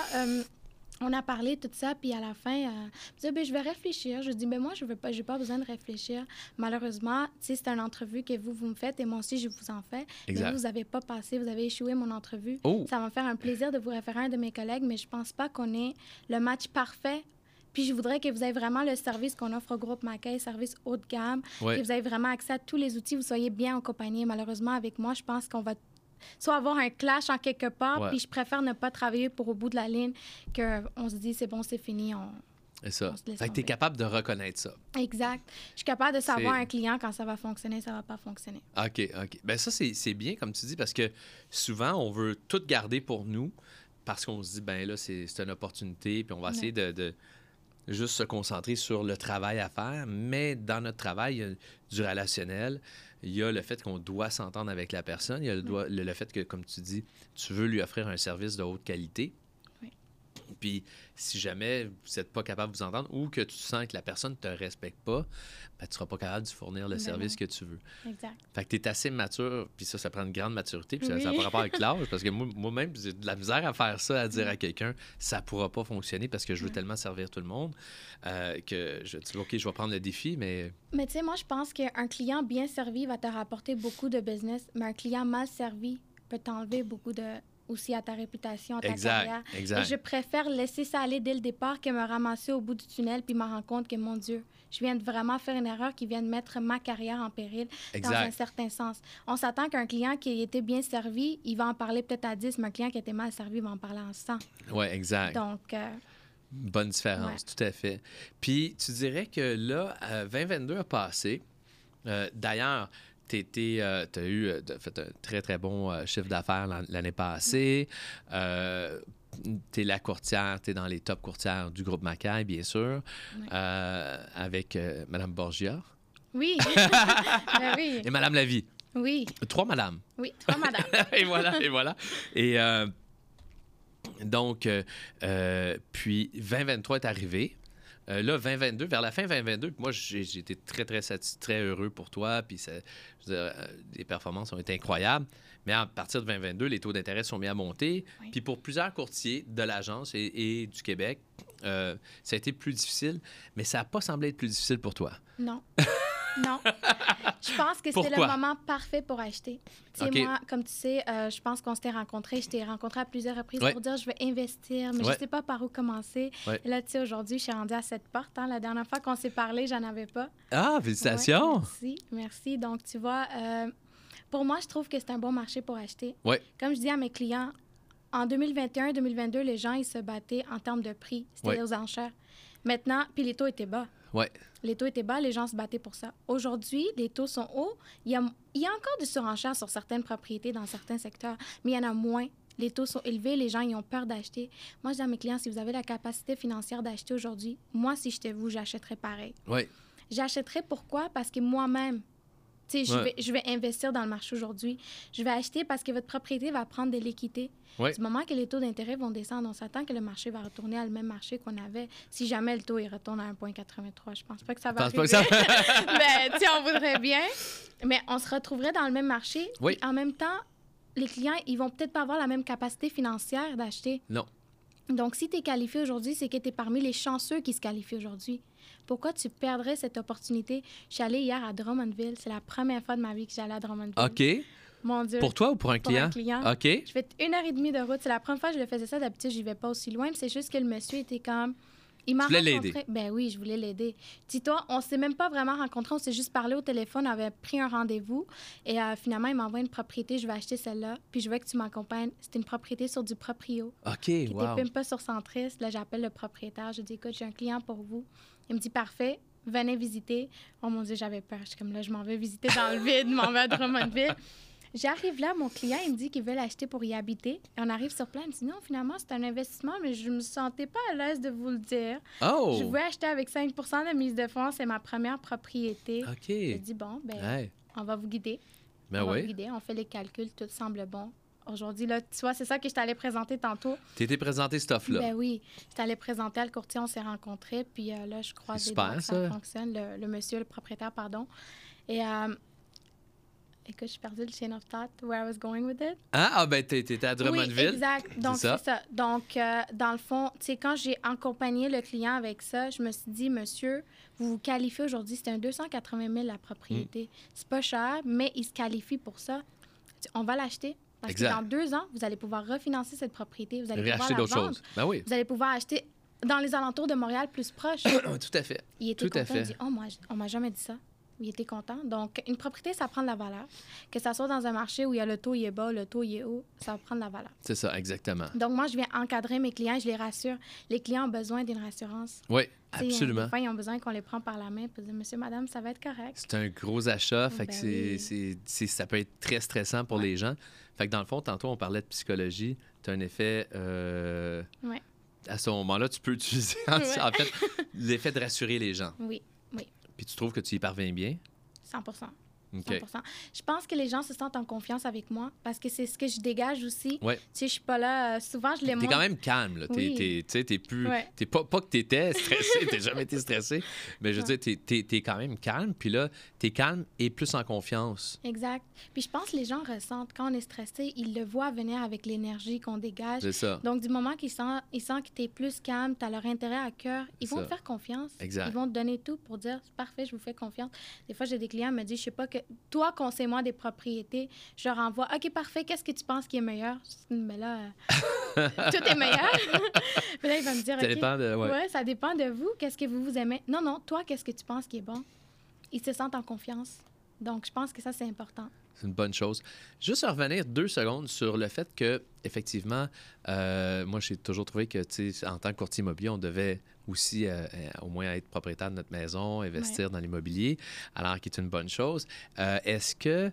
on a parlé tout ça, puis à la fin, il me dit, ben, je vais réfléchir. Je dis, ben moi, je veux pas, j'ai pas besoin de réfléchir. Malheureusement, tu sais, c'est une entrevue que vous me faites et moi aussi, je vous en fais.
Exact.
Mais vous n'avez pas passé, vous avez échoué mon entrevue.
Oh.
Ça va me faire un plaisir de vous référer à un de mes collègues, mais je pense pas qu'on ait le match parfait. Puis je voudrais que vous ayez vraiment le service qu'on offre au groupe Mackay, service haut de gamme,
Oui.
que vous ayez vraiment accès à tous les outils, vous soyez bien accompagnés. Malheureusement, avec moi, je pense qu'on va soit avoir un clash en quelque part, puis je préfère ne pas travailler pour au bout de la ligne qu'on se dit, c'est bon, c'est fini,
C'est ça.
on se laisse
Fait que tu es
tomber.
capable de reconnaître ça.
Exact. Je suis capable de savoir un client quand ça va fonctionner, ça va pas fonctionner.
OK. Ben ça, c'est bien, comme tu dis, parce que souvent, on veut tout garder pour nous parce qu'on se dit, ben là, c'est une opportunité, puis on va essayer de juste se concentrer sur le travail à faire. Mais dans notre travail, il y a du relationnel. Il y a le fait qu'on doit s'entendre avec la personne. Il y a le fait que, comme tu dis, tu veux lui offrir un service de haute qualité.
Oui.
Puis, si jamais vous n'êtes pas capable de vous entendre ou que tu sens que la personne ne te respecte pas, ben, tu ne seras pas capable de fournir le service que tu veux.
Exact.
Fait que tu es assez mature, puis ça prend une grande maturité, puis ça n'a pas rapport avec l'âge, parce que moi-même, j'ai de la misère à faire ça, à dire à quelqu'un, ça ne pourra pas fonctionner parce que je veux tellement servir tout le monde que je dis, OK, je vais prendre le défi, mais...
Mais tu sais, moi, je pense qu'un client bien servi va te rapporter beaucoup de business, mais un client mal servi peut t'enlever beaucoup aussi à ta réputation, à ta carrière.
Exact.
Et je préfère laisser ça aller dès le départ que me ramasser au bout du tunnel puis me rendre compte que, mon Dieu, je viens de vraiment faire une erreur qui vient de mettre ma carrière en péril dans un certain sens. On s'attend qu'un client qui était bien servi, il va en parler peut-être à 10, mais un client qui était mal servi va en parler en 100.
Oui, exact.
Donc...
bonne différence, tout à fait. Puis, tu dirais que là, 2022 a passé. D'ailleurs, tu as fait un très, très bon chiffre d'affaires l'année passée. Tu es la courtière, tu es dans les top courtières du groupe Mackay, bien sûr, avec Mme Borgia.
Oui. Ben oui.
Et Mme Lavie.
Oui.
3 madames.
Oui, 3 madames.
Et voilà. Et donc, puis 2023 est arrivé. Là, 2022, vers la fin 2022, moi, j'ai été très, très satisfait, très heureux pour toi. Puis, les performances ont été incroyables. Mais à partir de 2022, les taux d'intérêt sont mis à monter.
Oui.
Puis, pour plusieurs courtiers de l'agence et du Québec, ça a été plus difficile. Mais ça n'a pas semblé être plus difficile pour toi.
Non. Non. Je pense que c'était le moment parfait pour acheter. Tu sais, moi, comme tu sais, je pense qu'on s'était rencontrés. Je t'ai rencontré à plusieurs reprises pour dire je vais investir, mais je ne sais pas par où commencer. Et là, tu sais, aujourd'hui, je suis rendue à cette porte. Hein. La dernière fois qu'on s'est parlé, j'en avais pas.
Ah, félicitations!
Merci. Donc, tu vois, pour moi, je trouve que c'est un bon marché pour acheter.
Oui.
Comme je dis à mes clients, en 2021-2022, les gens, ils se battaient en termes de prix. C'était aux enchères. Maintenant, puis les taux étaient bas.
Oui.
Les taux étaient bas, les gens se battaient pour ça. Aujourd'hui, les taux sont hauts. Il y a encore des surenchères sur certaines propriétés dans certains secteurs, mais il y en a moins. Les taux sont élevés, les gens ils ont peur d'acheter. Moi, je dis à mes clients, si vous avez la capacité financière d'acheter aujourd'hui, moi, si j'étais vous, j'achèterais pareil.
Oui.
J'achèterais pourquoi? Parce que moi-même, tu sais, je vais investir dans le marché aujourd'hui. Je vais acheter parce que votre propriété va prendre de l'équité. Du moment que les taux d'intérêt vont descendre, on s'attend que le marché va retourner à le même marché qu'on avait. Si jamais le taux il retourne à 1,83, je pense pas que ça va arriver. Mais tu sais, on voudrait bien. Mais on se retrouverait dans le même marché.
Oui.
En même temps, les clients, ils vont peut-être pas avoir la même capacité financière d'acheter.
Non.
Donc, si tu es qualifié aujourd'hui, c'est que tu es parmi les chanceux qui se qualifient aujourd'hui. Pourquoi tu perdrais cette opportunité? Je suis allée hier à Drummondville. C'est la première fois de ma vie que j'allais à Drummondville.
OK.
Mon Dieu.
Pour toi ou pour un client?
Pour un client.
OK.
Je fais 1h30 de route. C'est la première fois que je le faisais ça. D'habitude, j'y vais pas aussi loin. Mais c'est juste que le monsieur était comme... Il m'a rencontré. L'aider. Ben oui, je voulais l'aider. Dis-toi, on s'est même pas vraiment rencontrés. On s'est juste parlé au téléphone. On avait pris un rendez-vous. Et finalement, il m'envoie une propriété. Je vais acheter celle-là. Puis je veux que tu m'accompagnes. C'est une propriété sur du proprio.
OK,
qui était même pas sur Centris. Là, j'appelle le propriétaire. Je dis, écoute, j'ai un client pour vous. Il me dit, parfait. venez visiter. Oh mon Dieu, j'avais peur. Je suis comme là, je m'en vais visiter dans le vide, je m'en vais à Drummondville. J'arrive là, mon client, il me dit qu'il veut l'acheter pour y habiter. Et on arrive sur place, il me dit non, finalement, c'est un investissement, mais je me sentais pas à l'aise de vous le dire.
Oh!
Je veux acheter avec 5 de mise de fonds, c'est ma première propriété.
OK.
J'ai dit bon, ben,
Hey.
on va vous guider.
Ben
On va
oui.
vous guider, on fait les calculs, tout semble bon. Aujourd'hui, là, tu vois, c'est ça que je t'allais présenter tantôt.
T'étais présenté cette offre-là.
Ben oui, je t'allais présenter à le courtier, on s'est rencontrés, puis là, je crois
C'est
des doigts
super,
que
ça.
ça fonctionne, le monsieur, le propriétaire, pardon. Et écoute, j'ai perdu le chain of thought, where I was going with it.
Ben t'étais à Drummondville.
Oui, exact. Donc,
ça.
c'est ça. Donc, dans le fond, tu sais, quand j'ai accompagné le client avec ça, je me suis dit, monsieur, vous vous qualifiez aujourd'hui, c'est un 280 000 la propriété. C'est pas cher, mais il se qualifie pour ça. On va l'acheter. Parce
Exact.
que dans 2 ans, vous allez pouvoir refinancer cette propriété. Vous allez
Réacheter
pouvoir la
d'autres
vendre.
choses. Ben oui.
Vous allez pouvoir acheter dans les alentours de Montréal plus proche.
Tout à fait.
Il était
Tout à
content. Il
fait.
dit, oh, moi, on m'a jamais dit ça. Il était content. Donc, une propriété, ça prend de la valeur. Que ça soit dans un marché où il y a le taux, il est bas, le taux, il est haut, ça va prendre de la valeur.
C'est ça, exactement.
Donc, moi, je viens encadrer mes clients, je les rassure. Les clients ont besoin d'une rassurance.
Oui,
Tu sais,
absolument.
Des fois, ils ont besoin qu'on les prenne par la main et dire, monsieur, madame, ça va être correct.
C'est un gros achat, fait que
Ben oui.
ça peut être très stressant pour les gens. Fait que dans le fond, tantôt, on parlait de psychologie. Tu as un effet...
Ouais.
À ce moment-là, tu peux utiliser, en fait, l'effet de rassurer les gens.
Oui, oui,
Puis tu trouves que tu y parviens bien?
100
OK.
100%. Je pense que les gens se sentent en confiance avec moi parce que c'est ce que je dégage aussi.
Ouais.
Tu sais, je suis pas là... souvent, je les
T'es
montre...
quand même calme, là.
Oui.
Tu sais, t'es plus...
Ouais.
T'es pas que t'étais stressé, t'as jamais été stressé, mais je veux dire, t'es quand même calme, puis là, t'es calme et plus en confiance.
Exact. Puis je pense que les gens ressentent, quand on est stressé, ils le voient venir avec l'énergie qu'on dégage.
C'est ça.
Donc, du moment qu'ils sentent que tu es plus calme, tu as leur intérêt à cœur, ils
C'est
vont
ça.
te faire confiance.
Exact.
Ils vont te donner tout pour dire, c'est parfait, je vous fais confiance. Des fois, j'ai des clients qui me disent, je sais pas que toi, conseille-moi des propriétés. Je leur envoie, OK, parfait, qu'est-ce que tu penses qui est meilleur? Je dis, mais là, tout est meilleur. Puis là, il va me dire,
Ça
OK,
dépend de...
ouais, ça dépend de vous. Qu'est-ce que vous aimez? Non, non, toi, qu'est-ce que tu penses qui est bon? Ils se sentent en confiance. Donc, je pense que ça, c'est important.
C'est une bonne chose. Juste revenir 2 secondes sur le fait que, effectivement, moi, j'ai toujours trouvé que, tu sais, en tant que courtier immobilier, on devait aussi au moins être propriétaire de notre maison, investir dans l'immobilier, alors qui est une bonne chose. Est-ce que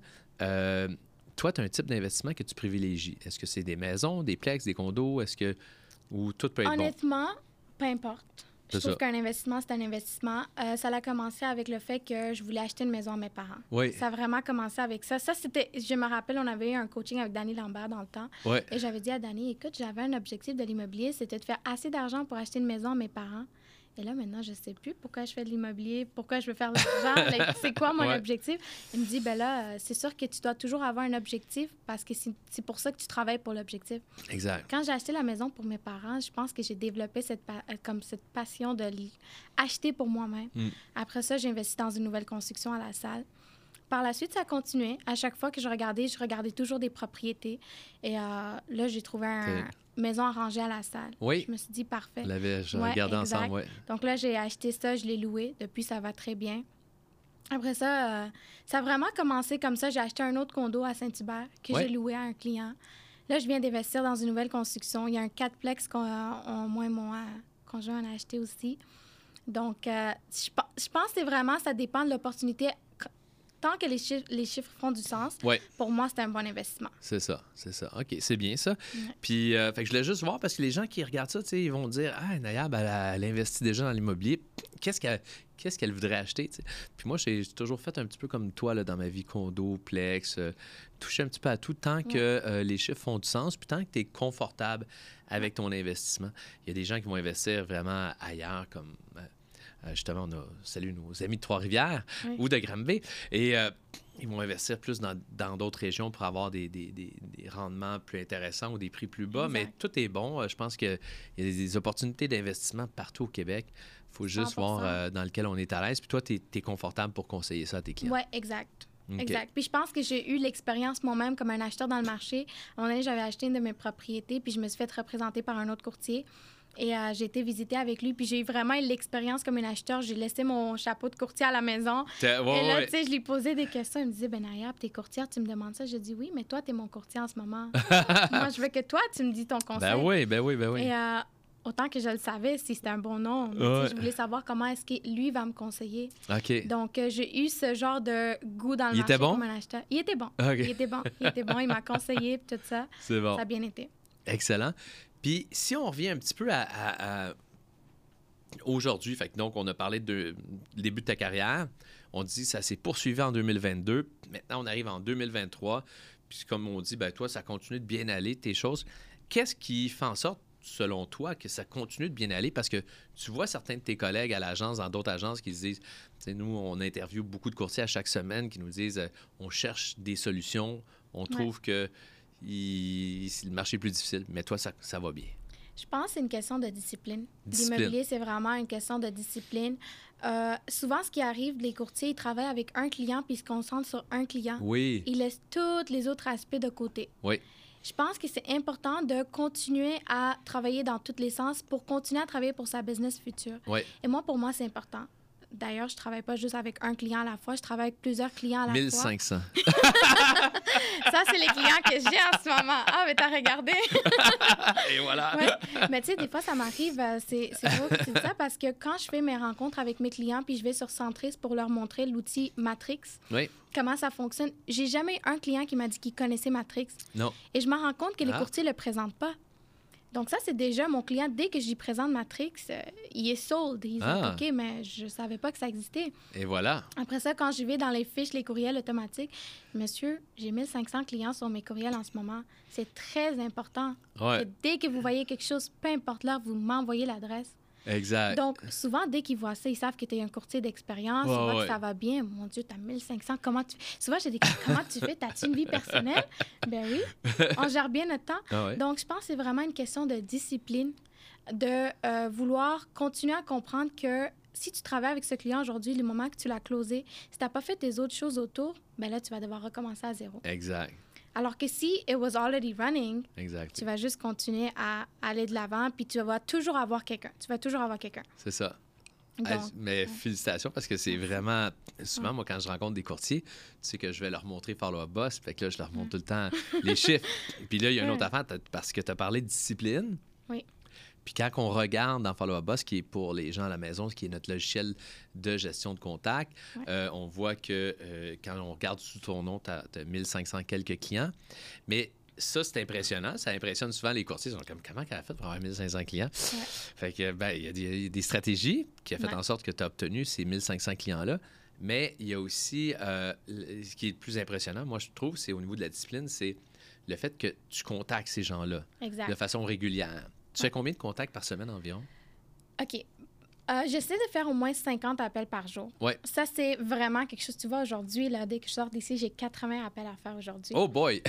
toi, tu as un type d'investissement que tu privilégies? Est-ce que c'est des maisons, des plex, des condos? Est-ce que... Ou tout peut être
Honnêtement, peu importe. Je
C'est
trouve
ça.
qu'un investissement, c'est un investissement. Ça a commencé avec le fait que je voulais acheter une maison à mes parents.
Oui.
Ça a vraiment commencé avec ça. Ça, c'était... Je me rappelle, on avait eu un coaching avec Dany Lambert dans le temps.
Oui.
Et j'avais dit à Dany, écoute, j'avais un objectif de l'immobilier, c'était de faire assez d'argent pour acheter une maison à mes parents. Et là, maintenant, je ne sais plus pourquoi je fais de l'immobilier, pourquoi je veux faire de l'argent, like, c'est quoi mon
Ouais.
objectif. Il me dit, ben là, c'est sûr que tu dois toujours avoir un objectif parce que c'est pour ça que tu travailles pour l'objectif.
Exact.
Quand j'ai acheté la maison pour mes parents, je pense que j'ai développé cette passion de acheter pour moi-même. Après ça, j'ai investi dans une nouvelle construction à La Salle. Par la suite, ça a continué. À chaque fois que je regardais toujours des propriétés. Et là, j'ai trouvé une maison arrangée à La Salle.
Oui.
Je me suis dit, parfait.
Je
Ouais,
regardais
exact.
ensemble, oui.
Donc là, j'ai acheté ça, je l'ai loué. Depuis, ça va très bien. Après ça, ça a vraiment commencé comme ça. J'ai acheté un autre condo à Saint-Hubert que j'ai loué à un client. Là, je viens d'investir dans une nouvelle construction. Il y a un 4plex moi et mon conjoint a acheté aussi. Donc, je pense que c'est vraiment, ça dépend de l'opportunité. Tant que les chiffres font du sens, pour moi, c'est un bon investissement.
C'est ça, c'est ça. OK, c'est bien ça.
Ouais.
Puis, fait que je voulais juste voir, parce que les gens qui regardent ça, tu sais, ils vont dire « Ah, Nayab, elle investit déjà dans l'immobilier. Qu'est-ce qu'elle voudrait acheter? » tu sais. Puis moi, j'ai toujours fait un petit peu comme toi là, dans ma vie, condo, plex, toucher un petit peu à tout, tant que les chiffres font du sens, puis tant que tu es confortable avec ton investissement. Il y a des gens qui vont investir vraiment ailleurs, comme... justement, on a salué nos amis de Trois-Rivières ou de Granby. Et ils vont investir plus dans d'autres régions pour avoir des rendements plus intéressants ou des prix plus bas.
Exact.
Mais tout est bon. Je pense qu'il y a des opportunités d'investissement partout au Québec. Il faut juste
100%.
voir dans lequel on est à l'aise. Puis toi, tu es confortable pour conseiller ça à tes clients.
Oui, exact.
OK.
Exact. Puis je pense que j'ai eu l'expérience moi-même comme un acheteur dans le marché. À un moment donné, j'avais acheté une de mes propriétés, puis je me suis fait représenter par un autre courtier. Et j'ai été visiter avec lui, puis j'ai eu vraiment l'expérience comme un acheteur. J'ai laissé mon chapeau de courtier à la maison. Et là, tu sais, je lui posais des questions. Il me disait, ben Nayab, t'es courtière, tu me demandes ça. J'ai dit, oui, mais toi, t'es mon courtier en ce moment. Moi, je veux que toi, tu me dis ton conseil.
Ben oui.
Et autant que je le savais si c'était un bon nom. Mais, tu sais, je voulais savoir comment est-ce que lui va me conseiller.
OK.
Donc, j'ai eu ce genre de goût dans le marché
était bon?
comme un acheteur. Il était bon.
OK.
Il était bon. Il était bon. Il m'a conseillé puis tout ça.
C'est bon.
Ça a bien été.
Excellent. Puis, si on revient un petit peu à aujourd'hui, fait que donc, on a parlé du début de ta carrière. On dit que ça s'est poursuivi en 2022. Maintenant, on arrive en 2023. Puis, comme on dit, ben toi, ça continue de bien aller, tes choses. Qu'est-ce qui fait en sorte, selon toi, que ça continue de bien aller? Parce que tu vois certains de tes collègues à l'agence, dans d'autres agences, qui se disent, tu sais, nous, on interviewe beaucoup de courtiers à chaque semaine qui nous disent, on cherche des solutions, on trouve que le marché est plus difficile, mais toi, ça va bien.
Je pense que c'est une question de discipline. L'immobilier, c'est vraiment une question de discipline. Souvent, ce qui arrive, les courtiers, ils travaillent avec un client puis ils se concentrent sur un client.
Oui.
Ils laissent tous les autres aspects de côté.
Oui.
Je pense que c'est important de continuer à travailler dans tous les sens pour continuer à travailler pour sa business future.
Oui.
Et moi, pour moi, c'est important. D'ailleurs, je ne travaille pas juste avec un client à la fois, je travaille avec plusieurs clients à la
1500.
fois. Ça, c'est les clients que j'ai en ce moment. Ah, mais t'as regardé.
Et voilà.
Ouais. Mais tu sais, des fois, ça m'arrive, c'est drôle que tu dis ça, parce que quand je fais mes rencontres avec mes clients, puis je vais sur Centris pour leur montrer l'outil Matrix,
oui.
comment ça fonctionne, j'ai jamais eu un client qui m'a dit qu'il connaissait Matrix.
Non.
Et je me rends compte que les courtiers ne le présentent pas. Donc ça, c'est déjà mon client. Dès que j'y présente Matrix, il est sold. Il dit, OK, mais je ne savais pas que ça existait.
Et voilà.
Après ça, quand je vais dans les fiches, les courriels automatiques, monsieur, j'ai 1500 clients sur mes courriels en ce moment. C'est très important.
Ouais.
Que dès que vous voyez quelque chose, peu importe l'heure, vous m'envoyez l'adresse.
Exact.
Donc, souvent, dès qu'ils voient ça, ils savent que tu es un courtier d'expérience, ils voient que ça va bien. Mon Dieu, tu as 1500, comment tu... Souvent, j'ai dit, comment tu fais? T'as-tu une vie personnelle? Ben oui, on gère bien notre temps.
Ah ouais.
Donc, je pense que c'est vraiment une question de discipline, de vouloir continuer à comprendre que si tu travailles avec ce client aujourd'hui, le moment que tu l'as closé, si tu n'as pas fait tes autres choses autour, ben là, tu vas devoir recommencer à zéro.
Exact.
Alors que si it was already running,
exact.
Tu vas juste continuer à aller de l'avant, puis tu vas toujours avoir quelqu'un. Tu vas toujours avoir quelqu'un.
C'est ça.
Donc,
mais félicitations, parce que c'est vraiment... Souvent, moi, quand je rencontre des courtiers, tu sais que je vais leur montrer Follow Up Boss, fait que là, je leur montre tout le temps les chiffres. Puis là, il y a une autre affaire, parce que tu as parlé de discipline.
Oui.
Puis quand on regarde dans Follow Up Boss, qui est pour les gens à la maison, qui est notre logiciel de gestion de contact, on voit que quand on regarde sous ton nom, tu as 1500 quelques clients. Mais ça, c'est impressionnant. Ça impressionne souvent les courtiers. Ils sont comme, comment elle a fait pour avoir 1500 clients? Ouais. Fait que, ben, il y a des stratégies qui ont fait en sorte que tu as obtenu ces 1500 clients-là. Mais il y a aussi, ce qui est le plus impressionnant, moi, je trouve, c'est au niveau de la discipline, c'est le fait que tu contactes ces gens-là de façon régulière. Tu fais combien de contacts par semaine environ? OK.
J'essaie de faire au moins 50 appels par jour.
Ouais.
Ça, c'est vraiment quelque chose. Tu vois, aujourd'hui, là, dès que je sors d'ici, j'ai 80 appels à faire aujourd'hui.
Oh boy!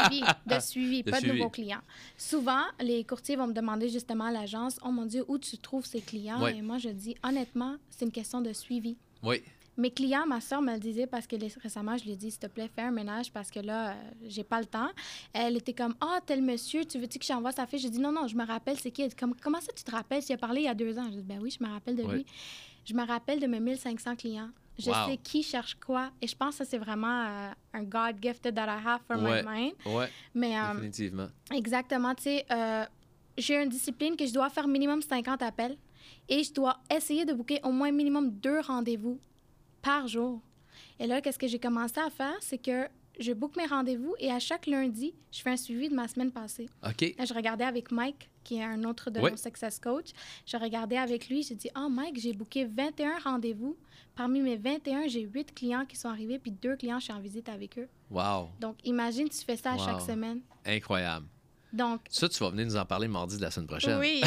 De suivi, pas de nouveaux clients. Souvent, les courtiers vont me demander justement à l'agence, « Oh mon Dieu, où tu trouves ces clients? » Et moi, je dis, honnêtement, c'est une question de suivi.
Oui.
Mes clients, ma soeur me le disait parce que récemment, je lui ai dit, s'il te plaît, fais un ménage parce que là, j'ai pas le temps. Elle était comme, tel monsieur, tu veux-tu que j'envoie sa fiche? J'ai dit, non, je me rappelle, c'est qui? Elle dit, comment ça, tu te rappelles? Tu as parlé il y a 2 ans. Je dis, ben oui, je me rappelle de lui. Je me rappelle de mes 1500 clients. Je sais qui cherche quoi. Et je pense que ça, c'est vraiment un God-gifted that I have for my mind.
Oui,
mais
définitivement.
Exactement. Tu sais, j'ai une discipline que je dois faire minimum 50 appels et je dois essayer de booker au moins minimum 2 rendez-vous par jour. Et là, qu'est-ce que j'ai commencé à faire? C'est que je book mes rendez-vous et à chaque lundi, je fais un suivi de ma semaine passée.
OK.
Là, je regardais avec Mike, qui est un autre de nos success coach. Je regardais avec lui, j'ai dit, « Mike, j'ai booké 21 rendez-vous. Parmi mes 21, j'ai 8 clients qui sont arrivés, puis 2 clients, je suis en visite avec eux. »
Wow.
Donc, imagine, tu fais ça à chaque semaine.
Incroyable.
Donc,
ça, tu vas venir nous en parler mardi de la semaine prochaine.
Oui.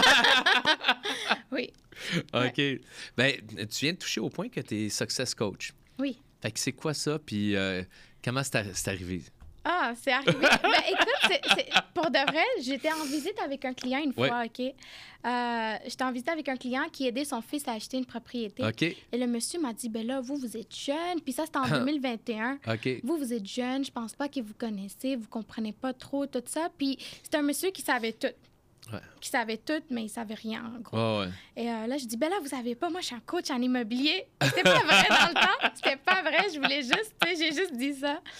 Oui.
OK. Bien, tu viens de toucher au point que tu es success coach.
Oui.
Fait que c'est quoi ça? Puis comment c'est arrivé?
C'est arrivé. Écoute, pour de vrai, j'étais en visite avec un client une fois, OK? J'étais en visite avec un client qui aidait son fils à acheter une propriété.
OK.
Et le monsieur m'a dit, ben là, vous êtes jeune. Puis ça, c'était en 2021.
OK.
Vous êtes jeune, je pense pas que vous connaissez, vous comprenez pas trop tout ça. Puis c'est un monsieur qui savait tout. Qui savait tout, mais il savait rien, en gros. Et là, je dis, ben là, vous savez pas, moi, je suis un coach en immobilier. C'était pas vrai dans le temps. C'était pas vrai. Je voulais juste, j'ai juste dit ça.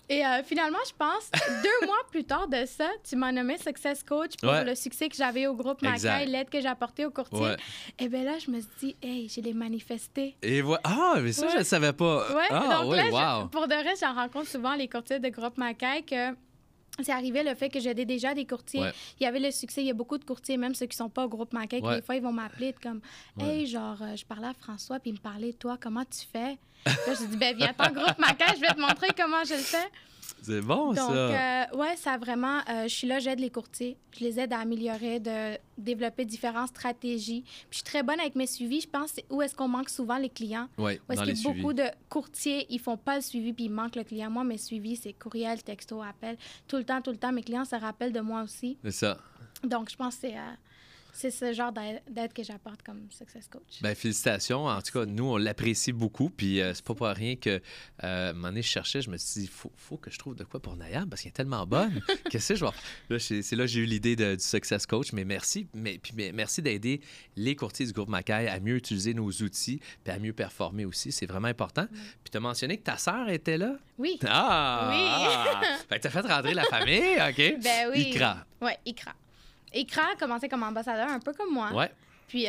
Et finalement, je pense, 2 mois plus tard de ça, tu m'as nommé Success Coach pour le succès que j'avais au groupe Mackay, l'aide que j'ai apportée aux courtiers.
Ouais.
Et bien là, je me suis dit, hey, je l'ai manifesté.
Et voilà. Ah, mais ça, je ne savais pas.
Ouais,
Ah,
donc
ouais,
là,
wow.
pour de vrai, j'en rencontre souvent les courtiers de groupe Mackay que c'est arrivé le fait que j'aidais déjà des courtiers.
Ouais.
Il y avait le succès. Il y a beaucoup de courtiers, même ceux qui sont pas au groupe Mackay, que des fois, ils vont m'appeler être comme « Hey, genre, je parlais à François, puis il me parlait, toi, comment tu fais? » Là, j'ai dit « Ben, viens à ton groupe Mackay, je vais te montrer comment je le fais. »
C'est bon,
Donc,
ça.
ouais, ça a vraiment... je suis là, j'aide les courtiers. Je les aide à améliorer, de développer différentes stratégies. Puis je suis très bonne avec mes suivis. Je pense où est-ce qu'on manque souvent les clients.
Oui,
où est-ce
dans
qu'il
les
y a
suivis.
beaucoup de courtiers, ils font pas le suivi puis ils manquent le client. Moi, mes suivis, c'est courriel, texto, appel. Tout le temps, mes clients se rappellent de moi aussi.
C'est ça.
Donc, je pense que c'est ce genre d'aide que j'apporte comme Success Coach.
Bien, félicitations. En tout cas, nous, on l'apprécie beaucoup. Puis, c'est pas pour rien que, à un moment donné, je cherchais, je me suis dit, faut que je trouve de quoi pour Nayab parce qu'elle est tellement bonne. Qu'est-ce que je vais faire? Là, c'est là que j'ai eu l'idée du Success Coach. Mais merci. Merci d'aider les courtiers du groupe Mackay à mieux utiliser nos outils puis à mieux performer aussi. C'est vraiment important. Puis, tu as mentionné que ta sœur était là?
Oui.
Ah!
Oui.
Ah! Fait que tu as fait rentrer la famille, OK?
Ben oui.
Ikra.
Oui, Ikra. Ikra a commencé comme ambassadeur, un peu comme moi.
Ouais.
Puis,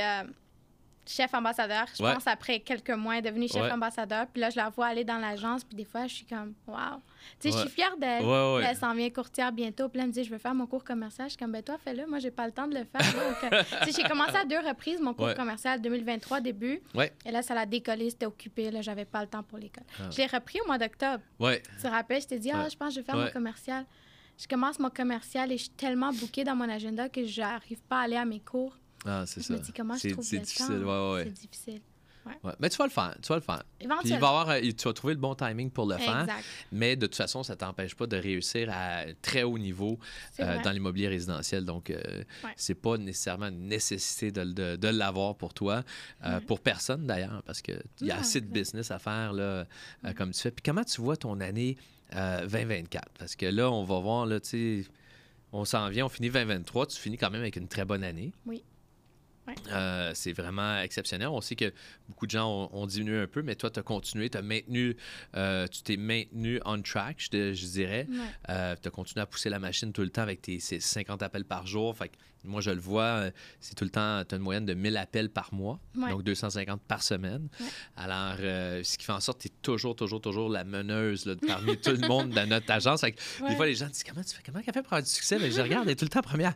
chef ambassadeur, je pense, après quelques mois, elle est devenue chef ambassadeur. Puis là, je la vois aller dans l'agence. Puis des fois, je suis comme, wow. Tu sais, je suis fière d'elle.
Ouais.
Elle s'en vient courtière bientôt. Puis là, elle me dit, je veux faire mon cours commercial. Je suis comme, ben toi, fais-le. Moi, j'ai pas le temps de le faire. Donc, tu sais, j'ai commencé à 2 reprises mon cours commercial 2023 début.
Ouais.
Et là, ça l'a décollé. C'était occupé. Là, j'avais pas le temps pour l'école. Je l'ai repris au mois d'octobre.
Ouais.
Tu te rappelles, je t'ai dit, je pense que je vais faire mon commercial. Je commence mon commercial et je suis tellement bookée dans mon agenda que je n'arrive pas à aller à mes cours.
Ah, c'est ça.
Je me dis, comment je trouve le
difficile.
temps?
Ouais.
C'est difficile.
Ouais. Mais tu vas le faire.
Éventuellement.
Puis tu vas trouver le bon timing pour le faire.
Exact.
Mais de toute façon, ça ne t'empêche pas de réussir à très haut niveau dans l'immobilier résidentiel. Donc, c'est pas nécessairement une nécessité de l'avoir pour toi, pour personne d'ailleurs, parce qu'il y a assez de business à faire là, comme tu fais. Puis comment tu vois ton année 2024? Parce que là, on va voir, là, tu sais, on s'en vient, on finit 2023, tu finis quand même avec une très bonne année.
Oui. Ouais.
C'est vraiment exceptionnel. On sait que beaucoup de gens ont diminué un peu, mais toi, tu as continué, tu t'es maintenu on track, je dirais.
Ouais.
Tu as continué à pousser la machine tout le temps avec tes 50 appels par jour. Fait que moi, je le vois, c'est tout le temps, tu as une moyenne de 1000 appels par mois, donc 250 par semaine. Ouais. Alors, ce qui fait en sorte que tu es toujours la meneuse là, parmi tout le monde dans notre agence. Fait que, des fois, les gens disent, comment tu fais? Comment elle fait pour avoir du succès? Mais je regarde, elle est tout le temps première.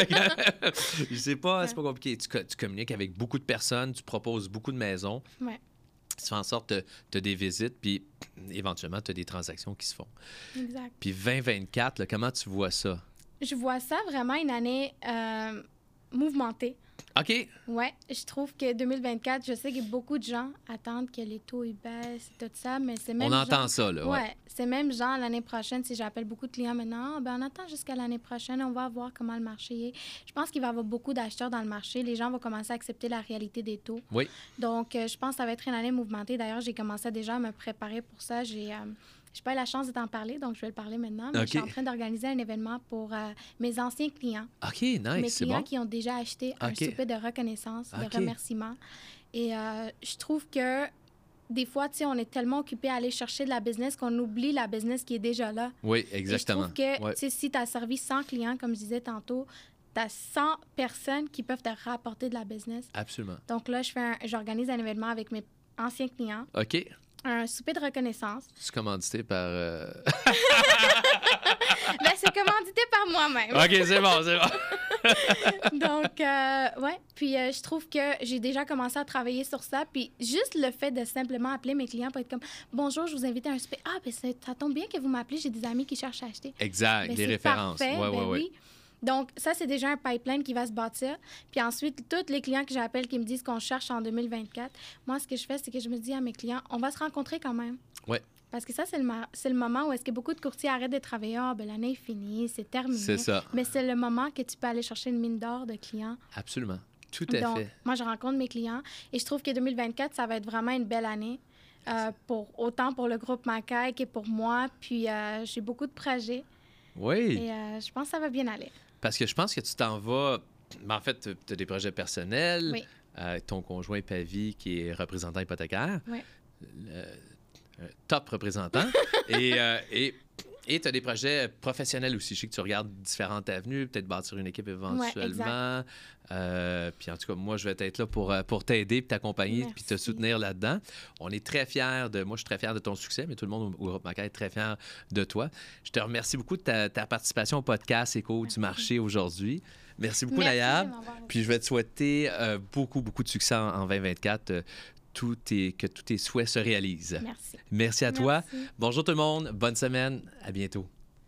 Je sais pas, c'est pas compliqué. Tu communiques avec beaucoup de personnes, tu proposes beaucoup de maisons.
Ouais.
Tu fais en sorte que tu as des visites, puis éventuellement, tu as des transactions qui se font.
Exact.
Puis 2024, là, comment tu vois ça?
Je vois ça vraiment une année mouvementée.
OK.
Ouais, je trouve que 2024, je sais que beaucoup de gens attendent que les taux ils baissent et tout ça, mais c'est même
on entend ça, là.
Ouais, c'est même genre l'année prochaine, si j'appelle beaucoup de clients maintenant, ben on attend jusqu'à l'année prochaine, on va voir comment le marché est. Je pense qu'il va y avoir beaucoup d'acheteurs dans le marché. Les gens vont commencer à accepter la réalité des taux.
Oui.
Donc, je pense que ça va être une année mouvementée. D'ailleurs, j'ai commencé déjà à me préparer pour ça. J'ai pas eu la chance de t'en parler, donc je vais le parler maintenant. Mais je suis en train d'organiser un événement pour mes anciens clients.
OK, nice,
mes
c'est
clients
bon.
qui ont déjà acheté un souper de reconnaissance, de remerciement. Et je trouve que des fois, tu sais, on est tellement occupé à aller chercher de la business qu'on oublie la business qui est déjà là.
Oui, exactement.
Et je trouve que, tu sais, si tu as servi 100 clients, comme je disais tantôt, tu as 100 personnes qui peuvent te rapporter de la business.
Absolument.
Donc là, j'organise un événement avec mes anciens clients.
OK.
Un souper de reconnaissance.
C'est commandité par...
Ben, c'est commandité par moi-même.
OK, c'est bon.
Donc, ouais. Puis, je trouve que j'ai déjà commencé à travailler sur ça. Puis, juste le fait de simplement appeler mes clients pour être comme « Bonjour, je vous invite à un souper. » Ah, ben ça tombe bien que vous m'appelez. J'ai des amis qui cherchent à acheter.
Exact,
Ben,
les références.
Parfait.
Oui.
Oui. Donc, ça, c'est déjà un pipeline qui va se bâtir. Puis ensuite, tous les clients que j'appelle qui me disent qu'on cherche en 2024, moi, ce que je fais, c'est que je me dis à mes clients, on va se rencontrer quand même.
Oui.
Parce que ça, c'est le moment où est-ce que beaucoup de courtiers arrêtent de travailler. Ah, ben l'année est finie, c'est terminé.
C'est ça.
Mais c'est le moment que tu peux aller chercher une mine d'or de clients.
Absolument. Tout à
Donc,
fait.
moi, je rencontre mes clients et je trouve que 2024, ça va être vraiment une belle année. Autant pour le groupe Mackay que pour moi. Puis, j'ai beaucoup de projets.
Oui.
Et je pense que ça va bien aller.
Parce que je pense que tu t'en vas... En fait, tu as des projets personnels.
Oui.
Ton conjoint Pavie, qui est représentant hypothécaire.
Oui.
Top représentant. et Et tu as des projets professionnels aussi. Je sais que tu regardes différentes avenues, peut-être bâtir une équipe éventuellement. Puis en tout cas, moi, je vais être là pour t'aider, puis t'accompagner, puis te soutenir là-dedans. On est très fiers moi, je suis très fier de ton succès, mais tout le monde au groupe Macaire est très fier de toi. Je te remercie beaucoup de ta participation au podcast Écho du marché aujourd'hui. Merci beaucoup, Nayab. Puis je vais te souhaiter beaucoup, beaucoup de succès en 2024. Que tous tes souhaits se réalisent.
Merci.
Merci à toi. Bonjour tout le monde. Bonne semaine. À bientôt.